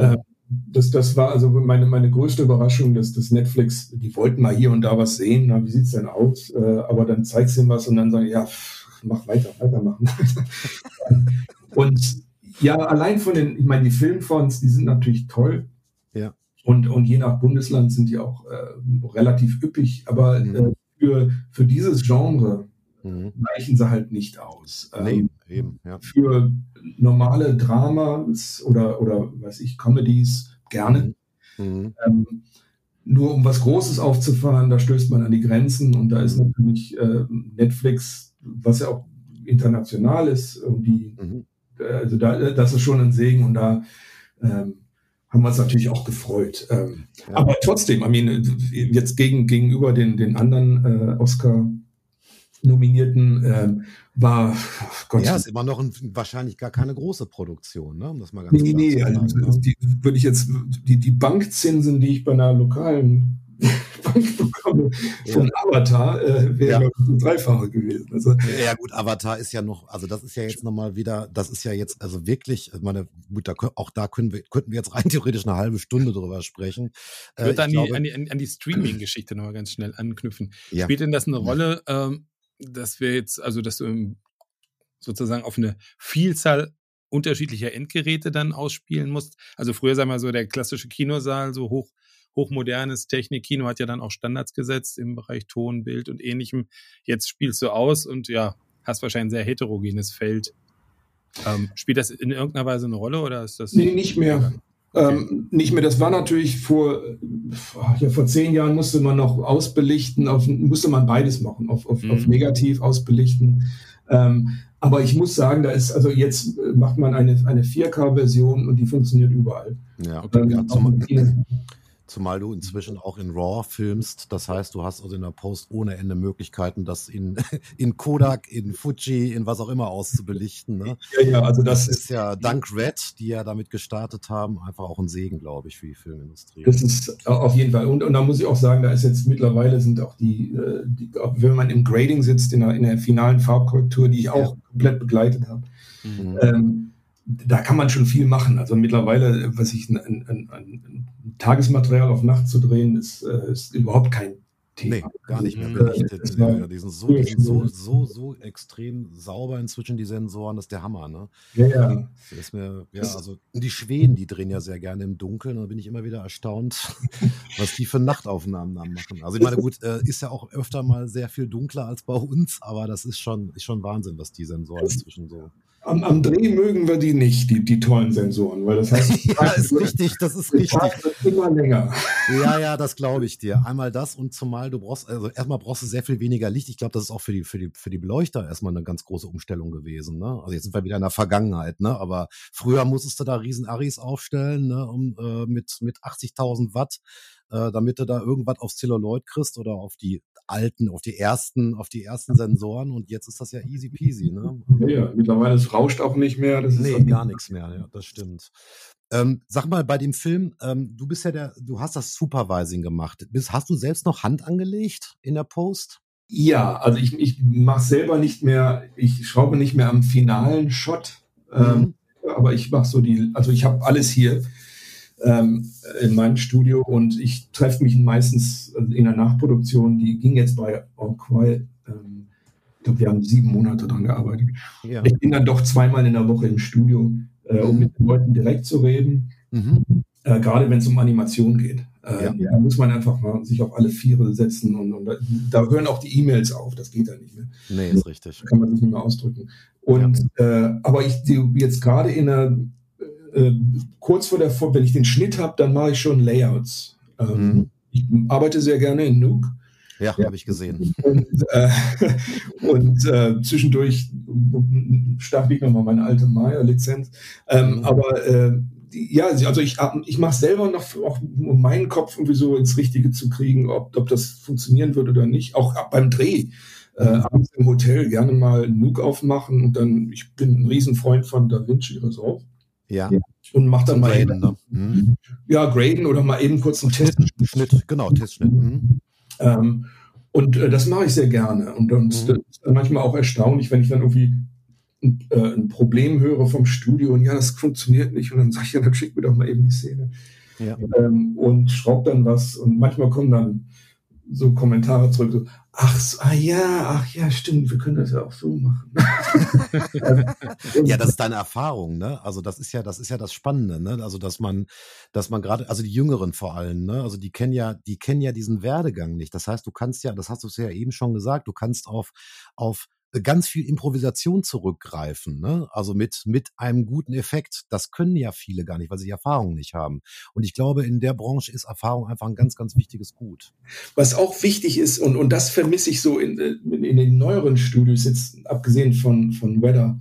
Das war also meine größte Überraschung, dass das Netflix, die wollten mal hier und da was sehen, na, wie sieht es denn aus? Aber dann zeigst du ihnen was und dann sagen, ja, mach weitermachen. Und ja, allein ich meine, die Filmfonds, die sind natürlich toll. Ja. Und je nach Bundesland sind die auch relativ üppig, aber für dieses Genre reichen sie halt nicht aus. Eben, ja. Für normale Dramas oder weiß ich, Comedies gerne. Nur um was Großes aufzufahren, da stößt man an die Grenzen und da ist natürlich Netflix, was ja auch international ist, also das ist schon ein Segen und da haben wir uns natürlich auch gefreut. Aber trotzdem, jetzt gegenüber den anderen Oscar-Nominierten war Gott. Ja, ist immer noch wahrscheinlich gar keine große Produktion, ne? Um das mal ganz klar zu sagen, also die Bankzinsen, die ich bei einer lokalen Bank bekomme von Avatar, wäre ein Dreifache gewesen. Also, ja gut, Avatar ist ja noch, also das ist ja jetzt nochmal wieder, das ist ja jetzt also wirklich, ich meine, gut, könnten wir jetzt rein theoretisch eine halbe Stunde drüber sprechen. Ich würde an die Streaming-Geschichte nochmal ganz schnell anknüpfen. Ja. Spielt denn das eine Rolle, dass wir jetzt, also dass du sozusagen auf eine Vielzahl unterschiedlicher Endgeräte dann ausspielen musst? Also früher, sagen wir mal so, der klassische Kinosaal, so hochmodernes Technikkino hat ja dann auch Standards gesetzt im Bereich Ton, Bild und Ähnlichem. Jetzt spielst du aus und ja, hast wahrscheinlich ein sehr heterogenes Feld. Spielt das in irgendeiner Weise eine Rolle oder ist das? Nee, nicht mehr. Nicht mehr, das war natürlich vor 10 Jahren musste man noch ausbelichten, musste man beides machen, auf negativ ausbelichten. Aber ich muss sagen, jetzt macht man eine 4K-Version und die funktioniert überall. Ja, zumal du inzwischen auch in RAW filmst. Das heißt, du hast also in der Post ohne Ende Möglichkeiten, das in Kodak, in Fuji, in was auch immer auszubelichten. Ne? Ja, also das ist ja dank Red, die ja damit gestartet haben, einfach auch ein Segen, glaube ich, für die Filmindustrie. Das ist auf jeden Fall. Und da muss ich auch sagen, da ist jetzt mittlerweile sind auch die wenn man im Grading sitzt, in der finalen Farbkorrektur, die ich auch komplett begleitet habe, da kann man schon viel machen. Also mittlerweile, ein Tagesmaterial auf Nacht zu drehen, ist überhaupt kein Thema. Nee, gar nicht mehr belichtet. Die sind so extrem sauber inzwischen, die Sensoren, das ist der Hammer, ne? Ja. Das ist mir, also die Schweden, die drehen ja sehr gerne im Dunkeln, und da bin ich immer wieder erstaunt, was die für Nachtaufnahmen dann machen. Also ich meine, gut, ist ja auch öfter mal sehr viel dunkler als bei uns, aber das ist schon Wahnsinn, was die Sensoren inzwischen so... Am Dreh mögen wir die nicht, die tollen Sensoren, weil das heißt, das ist richtig. Immer länger. Ja, das glaube ich dir. Einmal das, und zumal erstmal brauchst du sehr viel weniger Licht. Ich glaube, das ist auch für die Beleuchter erstmal eine ganz große Umstellung gewesen. Ne? Also jetzt sind wir wieder in der Vergangenheit, ne? Aber früher musstest du da riesen Arris aufstellen, ne? Mit 80.000 Watt, damit du da irgendwas aufs Celluloid kriegst oder auf die ersten Sensoren, und jetzt ist das ja easy peasy, ne? Ja, mittlerweile es rauscht auch nicht mehr. Gar nichts mehr, ja, das stimmt. Sag mal, bei dem Film, du hast das Supervising gemacht. Hast du selbst noch Hand angelegt in der Post? Ja, also ich mache selber nicht mehr, ich schraube nicht mehr am finalen Shot, aber ich mache ich habe alles hier in meinem Studio, und ich treffe mich meistens in der Nachproduktion, die ging jetzt bei All Quiet, ich glaube, wir haben 7 Monate daran gearbeitet. Ja. Ich bin dann doch 2-mal in der Woche im Studio, um mit den Leuten direkt zu reden, gerade wenn es um Animation geht. Da muss man einfach mal sich auf alle Viere setzen, und da hören auch die E-Mails auf, das geht dann nicht mehr. Nee, ist richtig. Da kann man sich nicht mehr ausdrücken. Und aber jetzt gerade kurz wenn ich den Schnitt habe, dann mache ich schon Layouts. Ich arbeite sehr gerne in Nuke. Ja, habe ich gesehen. Und zwischendurch starte ich nochmal meine alte Maya-Lizenz. Aber ich mache selber noch, auch um meinen Kopf irgendwie so ins Richtige zu kriegen, ob das funktionieren wird oder nicht. Auch beim Dreh. Abends im Hotel gerne mal Nuke aufmachen, und dann, ich bin ein Riesenfreund von DaVinci Resolve. Ja. Und mach dann mal graden, ne? Ja, graden oder mal eben kurz einen Testschnitt. Genau, Testschnitt. Und das mache ich sehr gerne. Und das ist dann manchmal auch erstaunlich, wenn ich dann irgendwie ein Problem höre vom Studio und das funktioniert nicht. Und dann sage ich, dann schick mir doch mal eben die Szene. Ja. Und schraub dann was. Und manchmal kommen dann so Kommentare zurück, so, ach ja, stimmt, wir können das ja auch so machen. Ja, das ist deine Erfahrung, ne? Also das ist ja das Spannende, ne? Also dass man gerade, also die Jüngeren vor allem, ne? Also die kennen ja diesen Werdegang nicht. Das heißt, du kannst ja, das hast du ja eben schon gesagt, du kannst auf ganz viel Improvisation zurückgreifen, ne? Also mit einem guten Effekt. Das können ja viele gar nicht, weil sie die Erfahrung nicht haben. Und ich glaube, in der Branche ist Erfahrung einfach ein ganz, ganz wichtiges Gut. Was auch wichtig ist, und das vermisse ich so in den neueren Studios, jetzt abgesehen von Weather,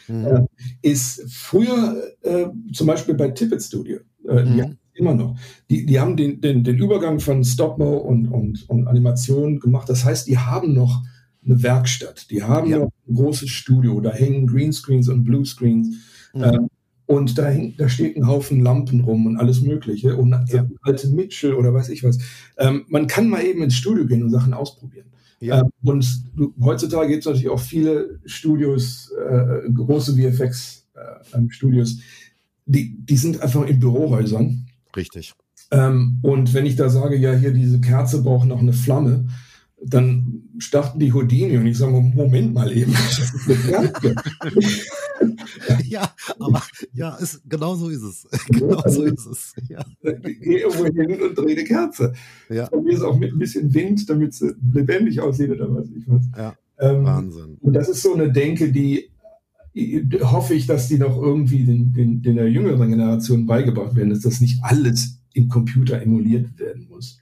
ist früher zum Beispiel bei Tippett Studio, die haben immer noch, die haben den Übergang von Stop-Mo und Animation gemacht. Das heißt, die haben noch eine Werkstatt. Die haben noch ein großes Studio, da hängen Greenscreens und Bluescreens und da steht ein Haufen Lampen rum und alles Mögliche und alte Mitchell oder weiß ich was. Man kann mal eben ins Studio gehen und Sachen ausprobieren. Ja. Und heutzutage gibt es natürlich auch viele Studios, große VFX-Studios, die sind einfach in Bürohäusern. Richtig. Und wenn ich da sage, ja, hier diese Kerze braucht noch eine Flamme, dann starten die Houdini und ich sage, Moment mal eben. Ja, aber genau so ist es. Genau so ist es. Ja. Geh irgendwo hin und dreh eine Kerze. Ja. Von mir ist auch mit ein bisschen Wind, damit es lebendig aussieht oder was ich was. Ja. Wahnsinn. Und das ist so eine Denke, die hoffe ich, dass die noch irgendwie den der jüngeren Generation beigebracht werden, dass das nicht alles im Computer emuliert werden muss.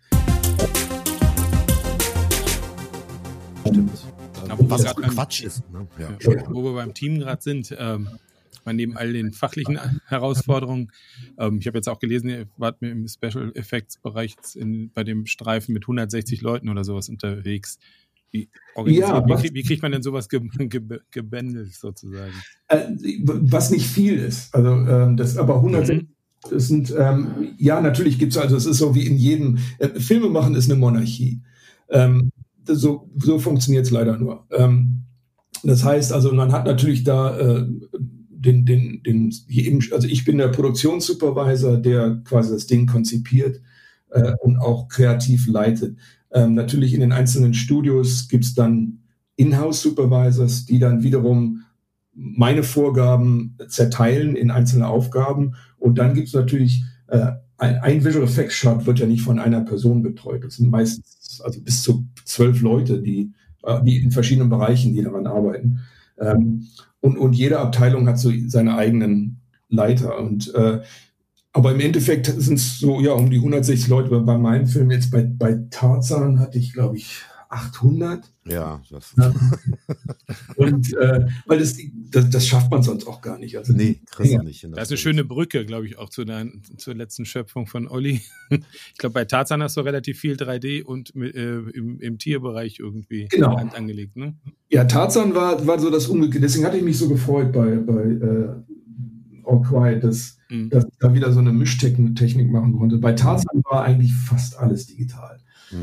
Stimmt. Was gerade Quatsch ist. Ne? Ja. Wo wir beim Team gerade sind, neben all den fachlichen Herausforderungen, ich habe jetzt auch gelesen, ihr wart mir im Special Effects Bereich bei dem Streifen mit 160 Leuten oder sowas unterwegs. Wie kriegt man denn sowas gebändelt sozusagen? Was nicht viel ist. Also das aber 160 das sind, natürlich gibt es, also es ist so wie in jedem, Filme machen ist eine Monarchie. So funktioniert es leider nur. Das heißt, also man hat natürlich da also ich bin der Produktionssupervisor, der quasi das Ding konzipiert und auch kreativ leitet. Natürlich in den einzelnen Studios gibt es dann Inhouse-Supervisors, die dann wiederum meine Vorgaben zerteilen in einzelne Aufgaben. Und dann gibt es natürlich, ein Visual Effects Shot wird ja nicht von einer Person betreut. Das sind meistens also bis zu 12 Leute, die in verschiedenen Bereichen, die daran arbeiten. Und jede Abteilung hat so seine eigenen Leiter. Aber im Endeffekt sind es so um die 160 Leute. Bei meinem Film jetzt bei Tarzan hatte ich, glaube ich, 800. Ja. Und weil das schafft man sonst auch gar nicht. Also nee, kriegst du nicht hin. Das ist eine schöne Brücke, glaube ich, auch zur letzten Schöpfung von Olli. Ich glaube, bei Tarzan hast du relativ viel 3D und im Tierbereich irgendwie angelegt, ne? Ja, Tarzan war so das Umgekehrte. Deswegen hatte ich mich so gefreut bei All Quiet, dass ich da wieder so eine Mischtechnik machen konnte. Bei Tarzan war eigentlich fast alles digital.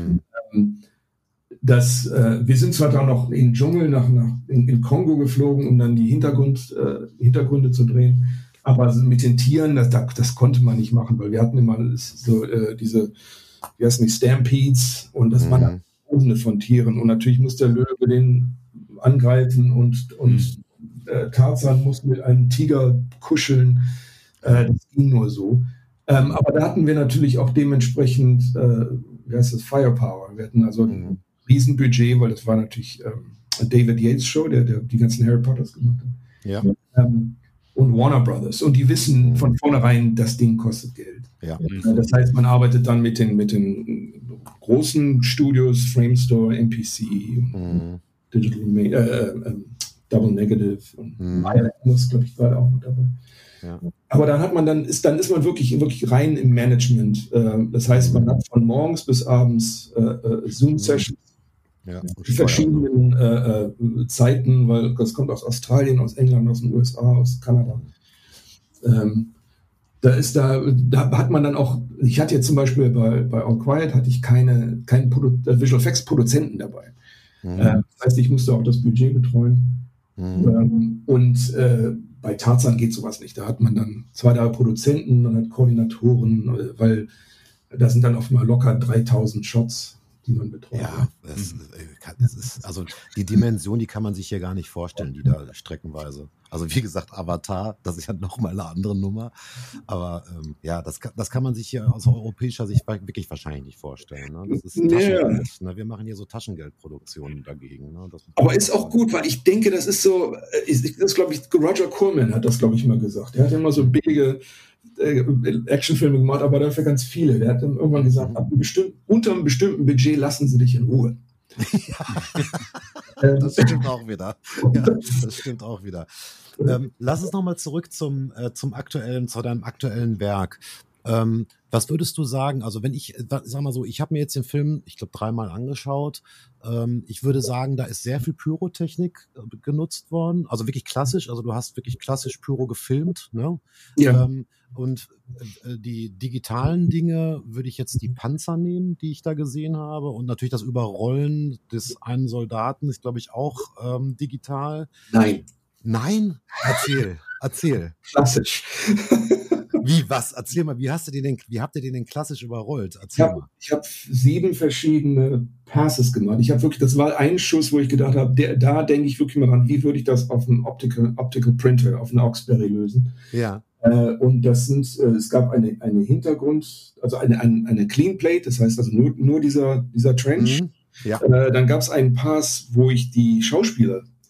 Wir sind zwar dann noch in den Dschungel in Kongo geflogen, um dann die Hintergründe zu drehen, aber mit den Tieren, das konnte man nicht machen, weil wir hatten immer so diese, wie heißt nicht, Stampedes, und das waren dann Tausende von Tieren, und natürlich muss der Löwe den angreifen und Tarzan muss mit einem Tiger kuscheln. Das ging nur so. Aber da hatten wir natürlich auch dementsprechend, Firepower. Wir hatten also ein Riesenbudget, weil das war natürlich David Yates Show, der die ganzen Harry Potters gemacht hat. Ja. Und Warner Brothers. Und die wissen von vornherein, das Ding kostet Geld. Ja. Das heißt, man arbeitet dann mit den großen Studios, Framestore, MPC, Digital Double Negative und Maya muss, glaube ich, gerade auch noch dabei. Ja. Aber dann ist man wirklich rein im Management. Das heißt, man hat von morgens bis abends Zoom-Sessions, die verschiedenen Zeiten, weil das kommt aus Australien, aus England, aus den USA, aus Kanada. Da hat man dann auch, ich hatte jetzt zum Beispiel bei All Quiet hatte ich keinen Visual Effects Produzenten dabei. Das heißt, ich musste auch das Budget betreuen. Und bei Tarzan geht sowas nicht. Da hat man dann 2, 3 Produzenten, man hat Koordinatoren, weil da sind dann oft mal locker 3000 Shots, die man betreut. Ja, das ist, also die Dimension, die kann man sich hier gar nicht vorstellen, die da streckenweise. Also wie gesagt, Avatar, das ist ja nochmal eine andere Nummer. Aber das kann man sich hier aus europäischer Sicht wirklich wahrscheinlich nicht vorstellen. Ne? Das ist Taschengeld. Ne? Wir machen hier so Taschengeldproduktionen dagegen. Ne? Aber ist auch gut, weil ich denke, das ist so, das glaube ich, Roger Corman hat das, glaube ich, mal gesagt. Er hat immer so billige Actionfilme gemacht, aber dafür ganz viele. Der hat dann irgendwann gesagt, unter einem bestimmten Budget lassen Sie dich in Ruhe. Das stimmt auch wieder. Ja, das stimmt auch wieder. Lass uns nochmal zurück zu deinem aktuellen Werk. Was würdest du sagen, also wenn ich habe mir jetzt den Film, ich glaube 3-mal angeschaut, ich würde sagen, da ist sehr viel Pyrotechnik genutzt worden, also wirklich klassisch, also du hast wirklich klassisch Pyro gefilmt, ne? Ja. Und die digitalen Dinge würde ich jetzt die Panzer nehmen, die ich da gesehen habe, und natürlich das Überrollen des einen Soldaten ist, glaube ich, auch digital. Nein? Erzähl. Klassisch. Wie, was? Erzähl mal, wie habt ihr den denn klassisch überrollt? Ich hab 7 verschiedene Passes gemacht. Das war ein Schuss, wo ich gedacht habe, da denke ich wirklich mal dran, wie würde ich das auf einem Optical Printer, auf einer Auxberry lösen. Ja. Und es gab eine Hintergrund, also eine Clean Plate, das heißt also nur dieser Trench. Ja. Dann gab es einen Pass, wo ich die Schauspieler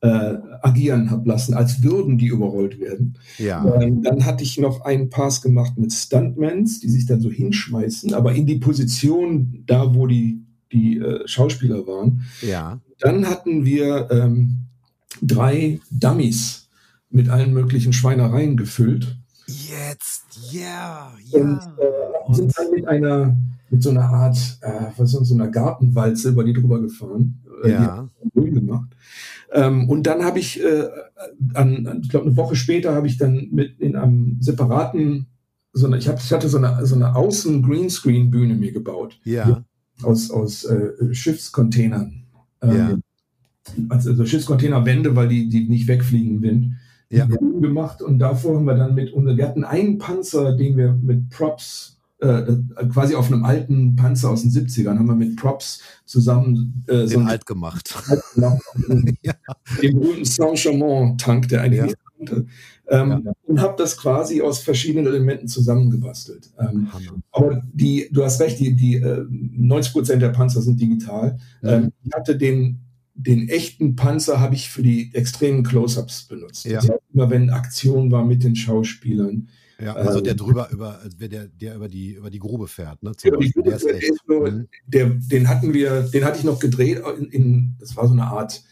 agieren habe lassen, als würden die überrollt werden. Ja. Dann hatte ich noch einen Pass gemacht mit Stuntmans, die sich dann so hinschmeißen, aber in die Position da, wo die Schauspieler waren. Ja. Dann hatten wir 3 Dummies mit allen möglichen Schweinereien gefüllt. Jetzt, ja. Und sind dann mit so einer Art, so einer Gartenwalze über die drüber gefahren. Ja. Gemacht. Und dann habe ich, ich glaube eine Woche später, habe ich dann mit in einem separaten, ich hatte so eine Außen-Greenscreen-Bühne mir gebaut. Ja. Aus Schiffscontainern. Ja. Also Schiffscontainerwände, weil die nicht wegfliegen im Wind. Ja. Gemacht und davor haben wir dann wir hatten einen Panzer, den wir mit Props, quasi auf einem alten Panzer aus den 70ern, haben wir mit Props zusammen den alt gemacht. Ja. Den berühmten Saint-Chamond-Tank, der eigentlich nicht konnte. Und habe das quasi aus verschiedenen Elementen zusammengebastelt. Aber du hast recht, die 90% der Panzer sind digital. Ich hatte den echten Panzer habe ich für die extremen Close-Ups benutzt. Ja. Das heißt, immer wenn Aktion war mit den Schauspielern. Ja, also der über die Grube fährt, ne? Zum Beispiel. Der ist echt. Den hatte ich noch gedreht das war so eine Art,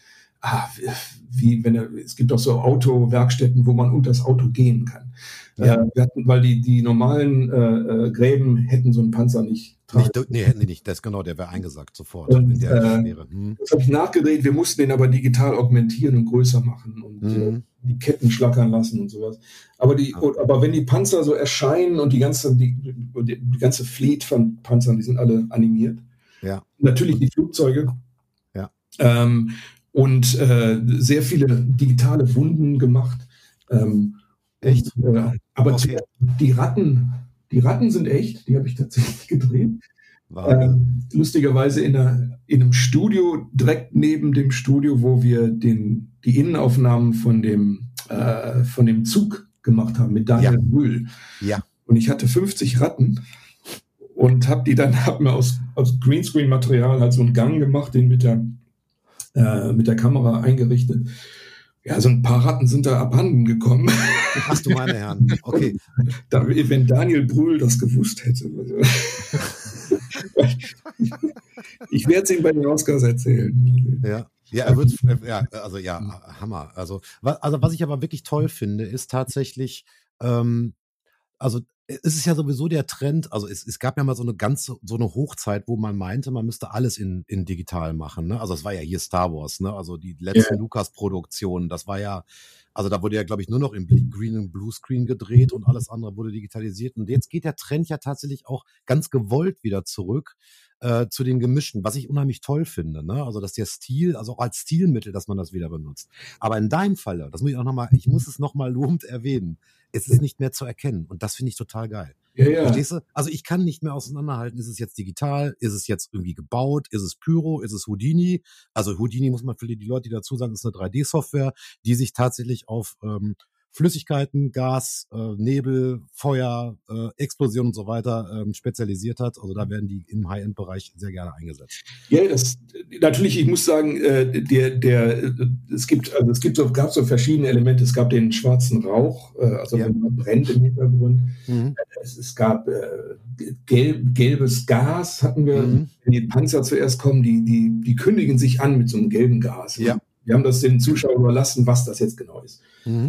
es gibt auch so Autowerkstätten, wo man unter das Auto gehen kann. Ja. Weil die normalen Gräben hätten so einen Panzer nicht. Hätten die nicht. Der wäre eingesackt sofort. Und, wenn der wäre. Das habe ich nachgedreht. Wir mussten den aber digital augmentieren und größer machen und die Ketten schlackern lassen und sowas. Aber wenn die Panzer so erscheinen und die ganze Fleet von Panzern, die sind alle animiert. Ja. Natürlich die Flugzeuge. Ja. Und sehr viele digitale Wunden gemacht. Echt? Aber die Ratten sind echt, die habe ich tatsächlich gedreht. Lustigerweise in einem Studio, direkt neben dem Studio, wo wir die Innenaufnahmen von dem Zug gemacht haben mit Daniel Brühl. Ja. Und ich hatte 50 Ratten und habe mir aus Greenscreen-Material halt so einen Gang gemacht, den mit der Kamera eingerichtet. Ja, so ein paar Ratten sind da abhanden gekommen. Ach du meine Herren, okay. Wenn Daniel Brühl das gewusst hätte. Ich werde es ihm bei den Oscars erzählen. Ja, er wird, Hammer. Also was ich aber wirklich toll finde, ist tatsächlich, es ist ja sowieso der Trend, also es gab ja mal so eine Hochzeit, wo man meinte, man müsste alles in digital machen, ne? Also es war ja hier Star Wars, ne? Also die letzten Lucas-Produktionen, das war ja, also da wurde ja, glaube ich, nur noch im Green- und Bluescreen gedreht und alles andere wurde digitalisiert. Und jetzt geht der Trend ja tatsächlich auch ganz gewollt wieder zurück zu den Gemischten, was ich unheimlich toll finde, ne? Also dass der Stil, also auch als Stilmittel, dass man das wieder benutzt. Aber in deinem Falle, ich muss es nochmal lobend erwähnen, es ist nicht mehr zu erkennen und das finde ich total geil. Ja. Verstehst du? Also ich kann nicht mehr auseinanderhalten, ist es jetzt digital, ist es jetzt irgendwie gebaut, ist es Pyro, ist es Houdini? Also Houdini, muss man für die Leute, die dazu sagen, ist eine 3D-Software, die sich tatsächlich auf Flüssigkeiten, Gas, Nebel, Feuer, Explosion und so weiter spezialisiert hat. Also da werden die im High-End-Bereich sehr gerne eingesetzt. Ja, natürlich, ich muss sagen, es gab so verschiedene Elemente. Es gab den schwarzen Rauch, wenn man brennt im Hintergrund. Es gab gelbes Gas, hatten wir, wenn die Panzer zuerst kommen, die kündigen sich an mit so einem gelben Gas. Ja. Wir haben das den Zuschauern überlassen, was das jetzt genau ist.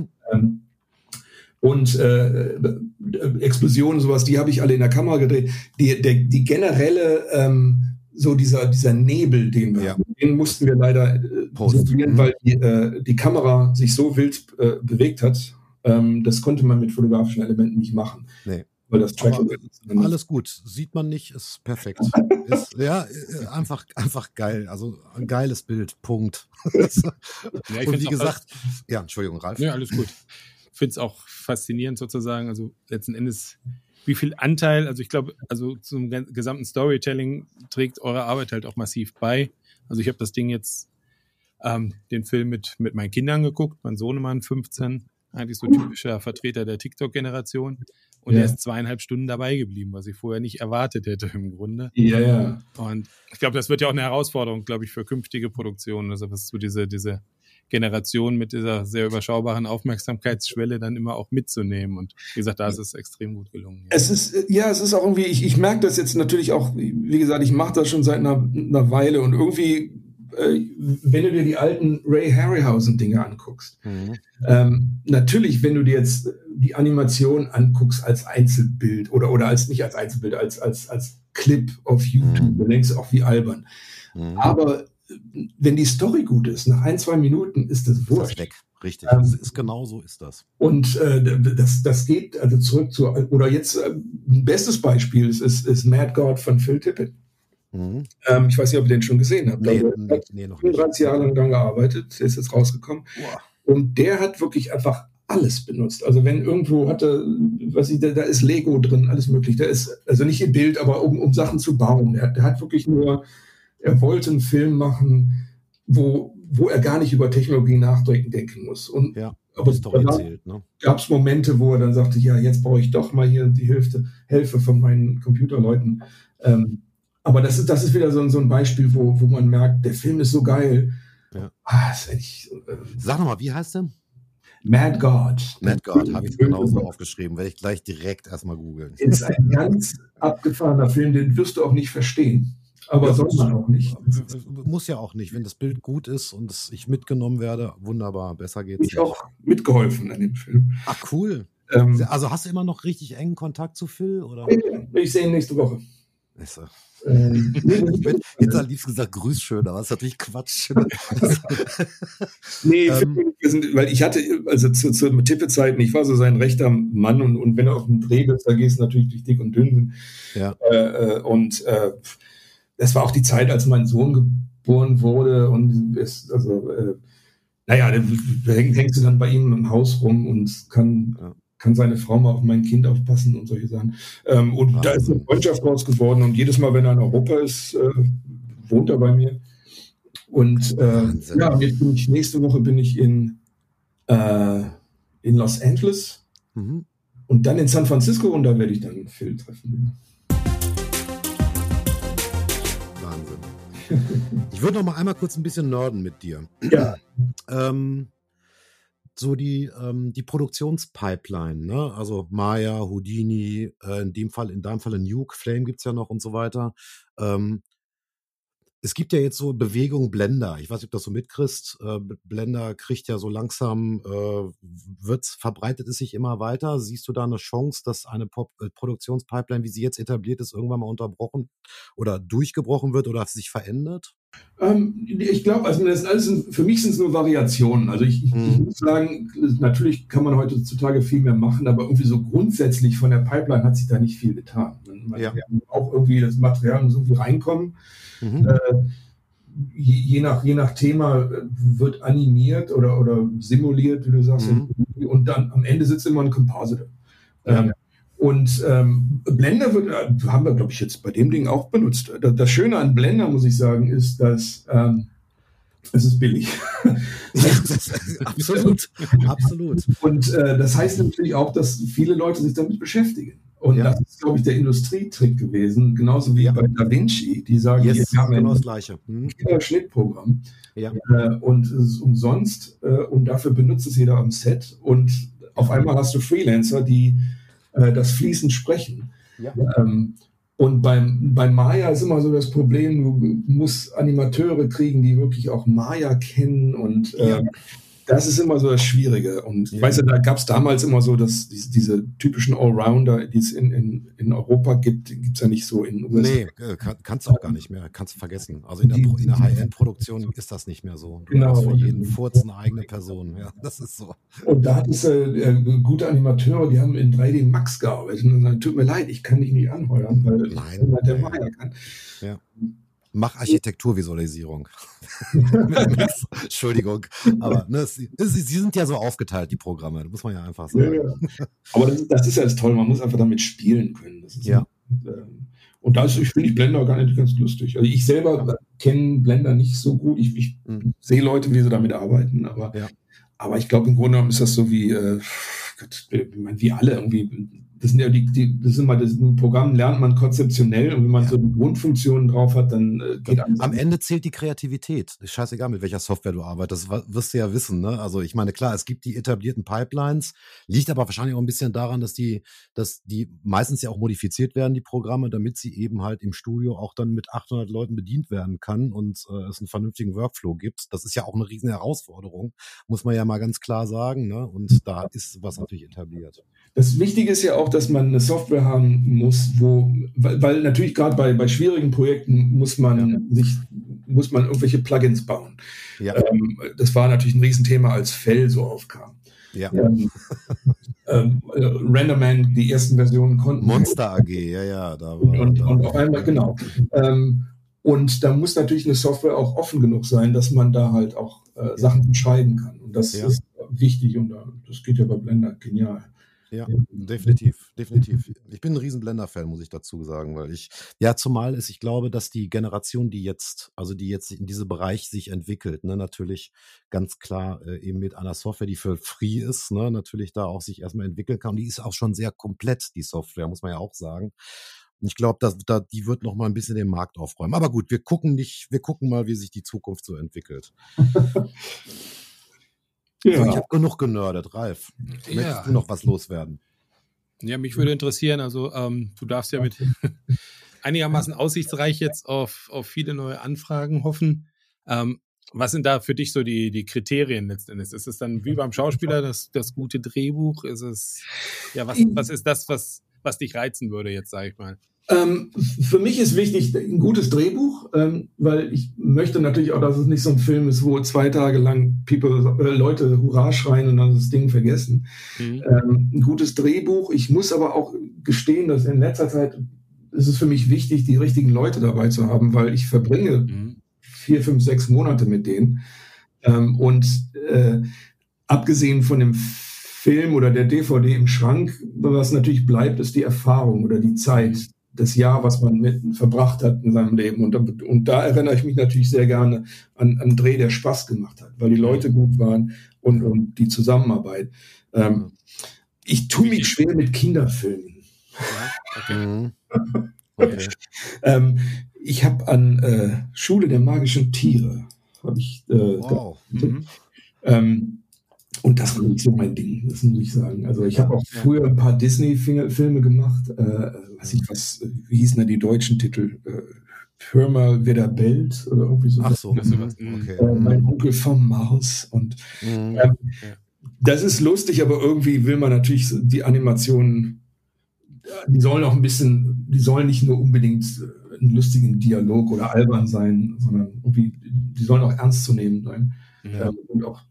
Und Explosionen, sowas, die habe ich alle in der Kamera gedreht. Die generelle, dieser Nebel, den mussten wir leider simulieren, weil die Kamera sich so wild bewegt hat. Das konnte man mit fotografischen Elementen nicht machen. Nee. Weil das Tracking alles gut, sieht man nicht, ist perfekt. Ist, einfach geil. Also ein geiles Bild, Punkt. Ja, und wie gesagt, Entschuldigung, Ralf. Ja, alles gut. Ich finde es auch faszinierend sozusagen, also letzten Endes, wie viel Anteil, also ich glaube, also zum gesamten Storytelling trägt eure Arbeit halt auch massiv bei. Also ich habe das Ding jetzt, den Film mit meinen Kindern geguckt, mein Sohnemann 15, eigentlich so typischer Vertreter der TikTok-Generation. Und er ist 2,5 Stunden dabei geblieben, was ich vorher nicht erwartet hätte im Grunde. Ja. Und ich glaube, das wird ja auch eine Herausforderung, glaube ich, für künftige Produktionen. Also was so diese Generation mit dieser sehr überschaubaren Aufmerksamkeitsschwelle dann immer auch mitzunehmen. Und wie gesagt, da ist es extrem gut gelungen. Ja. Es ist auch irgendwie, ich merke das jetzt natürlich auch, wie gesagt, ich mache das schon seit einer Weile und irgendwie, wenn du dir die alten Ray Harryhausen-Dinge anguckst, natürlich, wenn du dir jetzt die Animation anguckst als Einzelbild oder als nicht als Einzelbild, als Clip auf YouTube, dann denkst du auch wie albern. Aber wenn die Story gut ist, nach 1-2 Minuten ist das wurscht. Weg. Richtig, das ist genau so ist das. Und das geht also zurück zu, oder jetzt ein bestes Beispiel ist Mad God von Phil Tippett. Ich weiß nicht, ob ihr den schon gesehen habt. Nee, noch nicht. 30 Jahre lang daran gearbeitet, der ist jetzt rausgekommen. Wow. Und der hat wirklich einfach alles benutzt. Also wenn irgendwo da ist Lego drin, alles möglich. Da ist, also nicht im Bild, aber um Sachen zu bauen. Der hat wirklich nur, er wollte einen Film machen, wo er gar nicht über Technologie nachdenken muss. Und, ja, aber gab es Momente, wo er dann sagte, ja, jetzt brauche ich doch mal hier die Hilfe von meinen Computerleuten. Aber das ist wieder so ein Beispiel, wo man merkt, der Film ist so geil. Ja. Sag nochmal, wie heißt der? Mad God. Mad God, habe ich genauso aufgeschrieben, werde ich gleich direkt erstmal googeln. Ist ein ganz abgefahrener Film, den wirst du auch nicht verstehen. Aber soll man auch nicht. Muss ja auch nicht. Wenn das Bild gut ist und ich mitgenommen werde, wunderbar, besser geht's nicht. Ich auch mitgeholfen an dem Film. Ach, cool. Also hast du immer noch richtig engen Kontakt zu Phil? Oder? Ich sehe ihn nächste Woche. Ich hätte am liebsten gesagt, grüß schön, aber das ist natürlich Quatsch. Nee, weil ich hatte, also zu Tippe-Zeiten, ich war so sein rechter Mann und wenn er auf dem Dreh bist, da gehst du natürlich durch dick und dünn. Ja. Das war auch die Zeit, als mein Sohn geboren wurde und hängst du dann bei ihm im Haus rum und kann seine Frau mal auf mein Kind aufpassen und solche Sachen. Und da ist eine Freundschaft raus geworden und jedes Mal, wenn er in Europa ist, wohnt er bei mir. Und jetzt nächste Woche bin ich in Los Angeles und dann in San Francisco und da werde ich dann Phil treffen. Ich würde noch mal einmal kurz ein bisschen nerden mit dir. Ja. So die Produktionspipeline, ne? Also Maya, Houdini, in deinem Fall Nuke, Flame gibt's ja noch und so weiter. Es gibt ja jetzt so Bewegung Blender. Ich weiß nicht, ob du das so mitkriegst. Blender kriegt ja so langsam, verbreitet es sich immer weiter. Siehst du da eine Chance, dass eine Produktionspipeline, wie sie jetzt etabliert ist, irgendwann mal unterbrochen oder durchgebrochen wird oder sich verändert? Ich glaube, also das alles für mich sind es nur Variationen. Also ich muss sagen, natürlich kann man heutzutage viel mehr machen, aber irgendwie so grundsätzlich von der Pipeline hat sich da nicht viel getan. Wir haben auch irgendwie das Material muss irgendwie reinkommen. Je nach Thema wird animiert oder simuliert, wie du sagst, und dann am Ende sitzt immer ein Compositor. Blender haben wir, glaube ich, jetzt bei dem Ding auch benutzt. Das Schöne an Blender, muss ich sagen, ist, dass es ist billig. Absolut. Und das heißt natürlich auch, dass viele Leute sich damit beschäftigen. Und das ist, glaube ich, der Industrietrick gewesen, genauso wie bei Da Vinci, die sagen, wir haben genau das Gleiche. Schnittprogramm. Und es ist umsonst und dafür benutzt es jeder am Set. Und auf einmal hast du Freelancer, die das fließend sprechen. Und bei Maya ist immer so das Problem, du musst Animateure kriegen, die wirklich auch Maya kennen und das ist immer so das Schwierige. Und ich weiß ja, da gab es damals immer so, dass diese typischen Allrounder, die es in Europa gibt es ja nicht so in USA. Nee, kannst du auch gar nicht mehr, kannst du vergessen. Also in der High-End-Produktion ist das nicht mehr so. Du hast für jeden Furz eine eigene Person. Ja, das ist so. Und da hat es gute Animateure, die haben in 3D Max gearbeitet und sagen, tut mir leid, ich kann dich nicht anheuern, weil der Maya kann. Ja. Mach Architekturvisualisierung. Entschuldigung. Aber sie sind ja so aufgeteilt, die Programme. Das muss man ja einfach sagen. Ja. Aber das ist ja das Tolle. Man muss einfach damit spielen können. Das ist und da finde ich Blender gar nicht ganz lustig. Also ich selber kenne Blender nicht so gut. Ich sehe Leute, wie sie damit arbeiten. Aber ich glaube, im Grunde genommen ist das so wie alle irgendwie. das sind ja das Programm lernt man konzeptionell und wenn man so die Grundfunktionen drauf hat, dann geht alles. Am Ende zählt die Kreativität. Ist scheißegal, mit welcher Software du arbeitest. Das wirst du ja wissen, ne? Also ich meine, klar, es gibt die etablierten Pipelines, liegt aber wahrscheinlich auch ein bisschen daran, dass die meistens ja auch modifiziert werden, die Programme, damit sie eben halt im Studio auch dann mit 800 Leuten bedient werden kann und es einen vernünftigen Workflow gibt. Das ist ja auch eine riesen Herausforderung, muss man ja mal ganz klar sagen, ne? Und da ist was natürlich etabliert. Das Wichtige ist ja auch, dass man eine Software haben muss, weil natürlich gerade bei schwierigen Projekten muss man irgendwelche Plugins bauen. Ja. Das war natürlich ein Riesenthema, als Fell so aufkam. Ja. Renderman, die ersten Versionen konnten. Monster AG, ja. Da war und auf einmal, genau. Und da muss natürlich eine Software auch offen genug sein, dass man da halt auch Sachen entscheiden kann. Und das ist wichtig und das geht ja bei Blender genial. Ja, definitiv. Ich bin ein riesen Blender-Fan, muss ich dazu sagen, weil ich glaube, dass die Generation, die jetzt in diesem Bereich sich entwickelt, ne, natürlich ganz klar eben mit einer Software, die für free ist, ne, natürlich da auch sich erstmal entwickeln kann. Und die ist auch schon sehr komplett, die Software, muss man ja auch sagen. Und ich glaube, die wird noch mal ein bisschen den Markt aufräumen. Aber gut, wir gucken mal, wie sich die Zukunft so entwickelt. Ja. So, ich habe genug genördet, Ralf. Möchtest du noch was loswerden? Ja, mich würde interessieren, also du darfst ja mit einigermaßen aussichtsreich jetzt auf viele neue Anfragen hoffen. Was sind da für dich so die Kriterien letztendlich? Ist es dann wie beim Schauspieler das gute Drehbuch? Ist es, was ist das, was dich reizen würde jetzt, sage ich mal? Für mich ist wichtig ein gutes Drehbuch, weil ich möchte natürlich auch, dass es nicht so ein Film ist, wo 2 Tage lang Leute Hurra schreien und dann das Ding vergessen. Ein gutes Drehbuch. Ich muss aber auch gestehen, dass in letzter Zeit ist es für mich wichtig, die richtigen Leute dabei zu haben, weil ich verbringe 4, 5, 6 Monate mit denen. Abgesehen von dem Film oder der DVD im Schrank, was natürlich bleibt, ist die Erfahrung oder die Zeit, das Jahr, was man verbracht hat in seinem Leben. Und da erinnere ich mich natürlich sehr gerne an einen Dreh, der Spaß gemacht hat, weil die Leute gut waren und die Zusammenarbeit. Ich tue mich schwer mit Kinderfilmen. Ja, okay. Ich habe an Schule der magischen Tiere, und das war nicht so mein Ding, das muss ich sagen. Also ich habe auch früher ein paar Disney-Filme gemacht, wie hießen da die deutschen Titel? Hör mal, wer da bellt oder irgendwie so. Ach so. Okay. Mein Onkel vom Mars. Und das ist lustig, aber irgendwie will man natürlich die Animationen, die sollen nicht nur unbedingt einen lustigen Dialog oder albern sein, sondern irgendwie, die sollen auch ernst zu nehmen sein. Ja. Und auch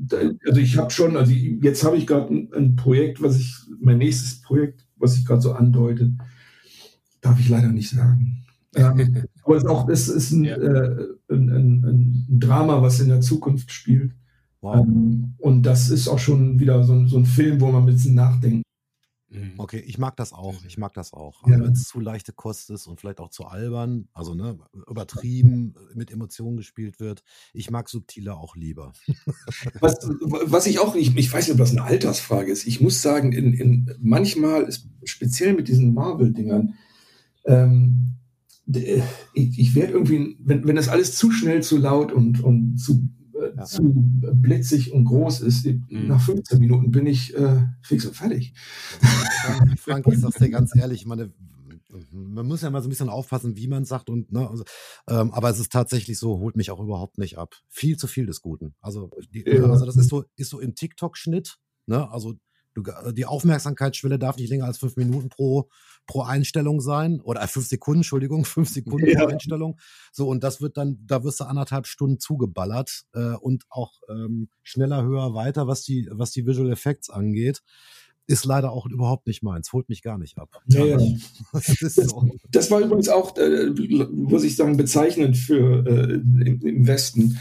jetzt habe ich gerade ein Projekt, mein nächstes Projekt, was ich gerade so andeute, darf ich leider nicht sagen. Aber es ist ein Drama, was in der Zukunft spielt. Wow. Und das ist auch schon wieder so ein Film, wo man ein bisschen nachdenkt. Okay, ich mag das auch. Also wenn es zu leichte Kost ist und vielleicht auch zu albern, also übertrieben mit Emotionen gespielt wird, ich mag subtiler auch lieber. Was ich auch, ich weiß nicht, ob das eine Altersfrage ist. Ich muss sagen, manchmal ist speziell mit diesen Marvel-Dingern, ich werde irgendwie, wenn das alles zu schnell, zu laut und zu blitzig und groß ist, nach 15 Minuten bin ich fix und fertig. Frank, ich sag's dir ganz ehrlich, man muss ja mal so ein bisschen aufpassen, wie man sagt aber es ist tatsächlich so, holt mich auch überhaupt nicht ab. Viel zu viel des Guten. Also das ist so im TikTok-Schnitt, ne? Also die Aufmerksamkeitsschwelle darf nicht länger als 5 Minuten pro Einstellung sein oder 5 Sekunden, Entschuldigung, 5 Sekunden pro Einstellung. So, und das wird dann, da wirst du 1,5 Stunden zugeballert und auch schneller, höher, weiter, was die Visual Effects angeht. Ist leider auch überhaupt nicht meins, holt mich gar nicht ab. Ja. Das war übrigens auch, muss ich sagen, bezeichnend für im Westen.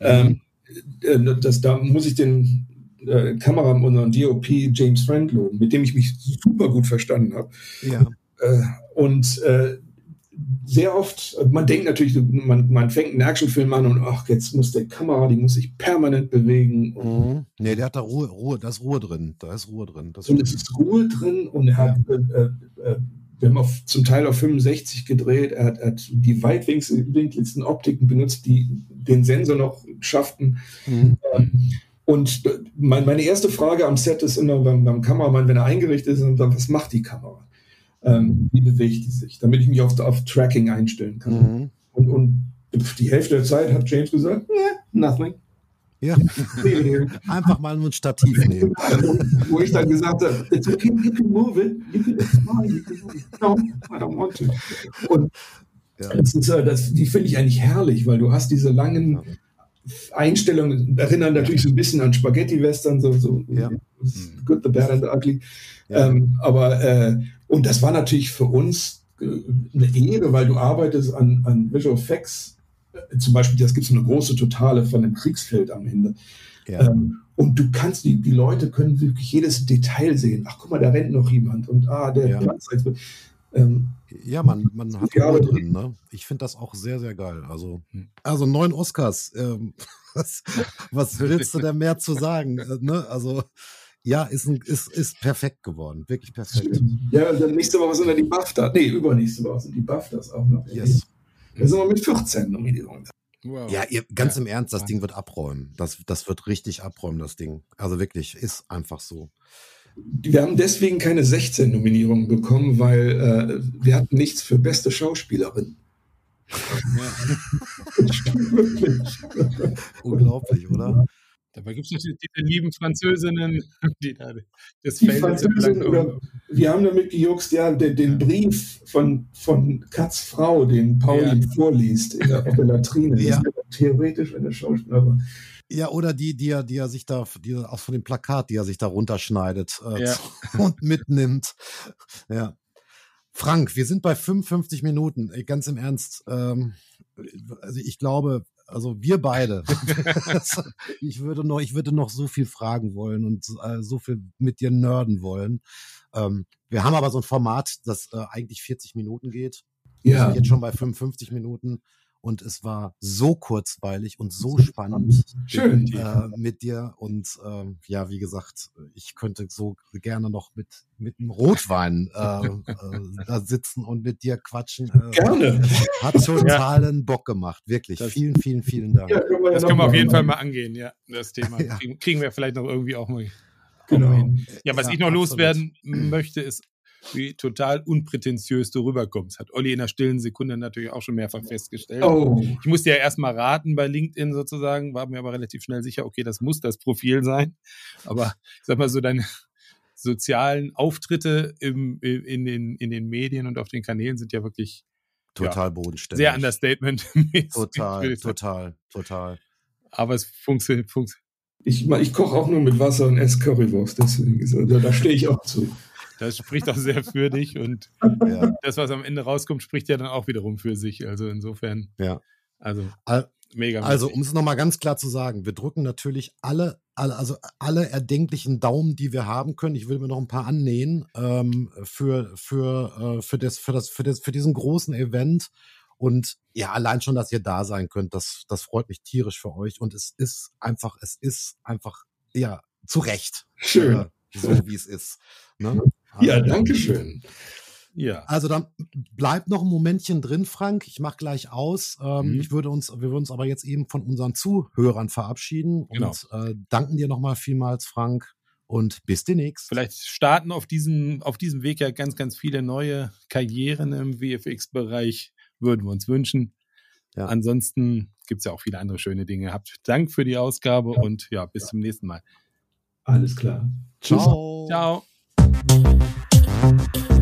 Da muss ich den Kameramann, unseren DOP James Frank loben, mit dem ich mich super gut verstanden habe. Ja. sehr oft, man denkt natürlich, man fängt einen Actionfilm an und jetzt muss die Kamera, die muss sich permanent bewegen. Nee, der hat da Ruhe, da ist Ruhe drin. Da ist Ruhe drin. Und es ist Ruhe drin und er hat, wir haben zum Teil auf 65 gedreht, er hat die weitwinkelsten Optiken benutzt, die den Sensor noch schafften. Und meine erste Frage am Set ist immer beim Kameramann, wenn er eingerichtet ist, was macht die Kamera? Wie bewegt die sich? Damit ich mich auf Tracking einstellen kann. Und die Hälfte der Zeit hat James gesagt, nothing. Ja, einfach mal ein Stativ nehmen. Wo ich dann gesagt habe, it's okay, you can move it. It's fine, you can move it. No, I don't want to. Und die finde ich eigentlich herrlich, weil du hast diese langen Einstellungen, erinnern natürlich so ein bisschen an Spaghetti-Western, so Good, the Bad and the Ugly. Und das war natürlich für uns eine Ehre, weil du arbeitest an Visual Effects. Zum Beispiel, das gibt es eine große Totale von dem Kriegsfeld am Ende. Und du kannst, die Leute können wirklich jedes Detail sehen. Ach, guck mal, da rennt noch jemand. Und der Platz. Man hat Ruhe drin. Ne? Ich finde das auch sehr, sehr geil. Also 9 Oscars. Was willst du denn mehr zu sagen? Ne? Also ja, ist perfekt geworden. Wirklich perfekt. Ja, dann nächste Woche sind ja die BAFTA. Nee, übernächste Woche sind die BAFTAs auch noch. Yes. Da sind wir mit 14 Nominierungen. Wow. Ja, ganz im Ernst, das Ding wird abräumen. Das wird richtig abräumen, das Ding. Also wirklich, ist einfach so. Wir haben deswegen keine 16 Nominierungen bekommen, weil wir hatten nichts für beste Schauspielerin. Unglaublich, oder? Dabei gibt es natürlich diese lieben Französinnen, die da das Feld oder wir haben damit gejuckst, den Brief von Katz Frau, den Pauli vorliest auf der Latrine. Das wäre theoretisch eine Schauspielerin. Ja, oder die er sich da, auch von dem Plakat, die er sich da runterschneidet und mitnimmt. Ja. Frank, wir sind bei 55 Minuten. Ganz im Ernst. Also ich glaube, wir beide. Ich würde noch so viel fragen wollen und so viel mit dir nerden wollen. Wir haben aber so ein Format, das eigentlich 40 Minuten geht. Wir sind jetzt schon bei 55 Minuten. Und es war so kurzweilig und so spannend mit dir. Und wie gesagt, ich könnte so gerne noch mit einem Rotwein da sitzen und mit dir quatschen. Gerne. Hat totalen Bock gemacht, wirklich. Vielen, vielen, vielen Dank. Ja, das können wir auf jeden Fall mal angehen, das Thema. Kriegen wir vielleicht noch irgendwie auch mal. Genau. Ja, was ich noch loswerden möchte, ist, wie total unprätentiös du rüberkommst. Hat Olli in der stillen Sekunde natürlich auch schon mehrfach festgestellt. Ich musste ja erstmal raten bei LinkedIn sozusagen, war mir aber relativ schnell sicher, okay, das muss das Profil sein. Aber ich sag mal so, deine sozialen Auftritte in den Medien und auf den Kanälen sind ja wirklich total bodenständig. Sehr Understatement. Total. Aber es funktioniert. Ich koche auch nur mit Wasser und esse Currywurst, deswegen da stehe ich auch zu. Das spricht auch sehr für dich und das, was am Ende rauskommt, spricht ja dann auch wiederum für sich. Also insofern, mega. Also um es nochmal ganz klar zu sagen, wir drücken natürlich alle erdenklichen Daumen, die wir haben können. Ich will mir noch ein paar annähen für diesen großen Event. Und ja, allein schon, dass ihr da sein könnt, das freut mich tierisch für euch. Und es ist einfach, zu Recht. Schön. So wie es ist. Ne? Ja, danke schön. Ja. Also dann bleibt noch ein Momentchen drin, Frank. Ich mache gleich aus. Wir würden uns aber jetzt eben von unseren Zuhörern verabschieden und danken dir nochmal vielmals, Frank. Und bis demnächst. Vielleicht starten auf diesem Weg ja ganz, ganz viele neue Karrieren im VFX-Bereich. Würden wir uns wünschen. Ja. Ansonsten gibt es ja auch viele andere schöne Dinge. Habt Dank für die Ausgabe und bis zum nächsten Mal. Alles klar. Ciao. Ciao.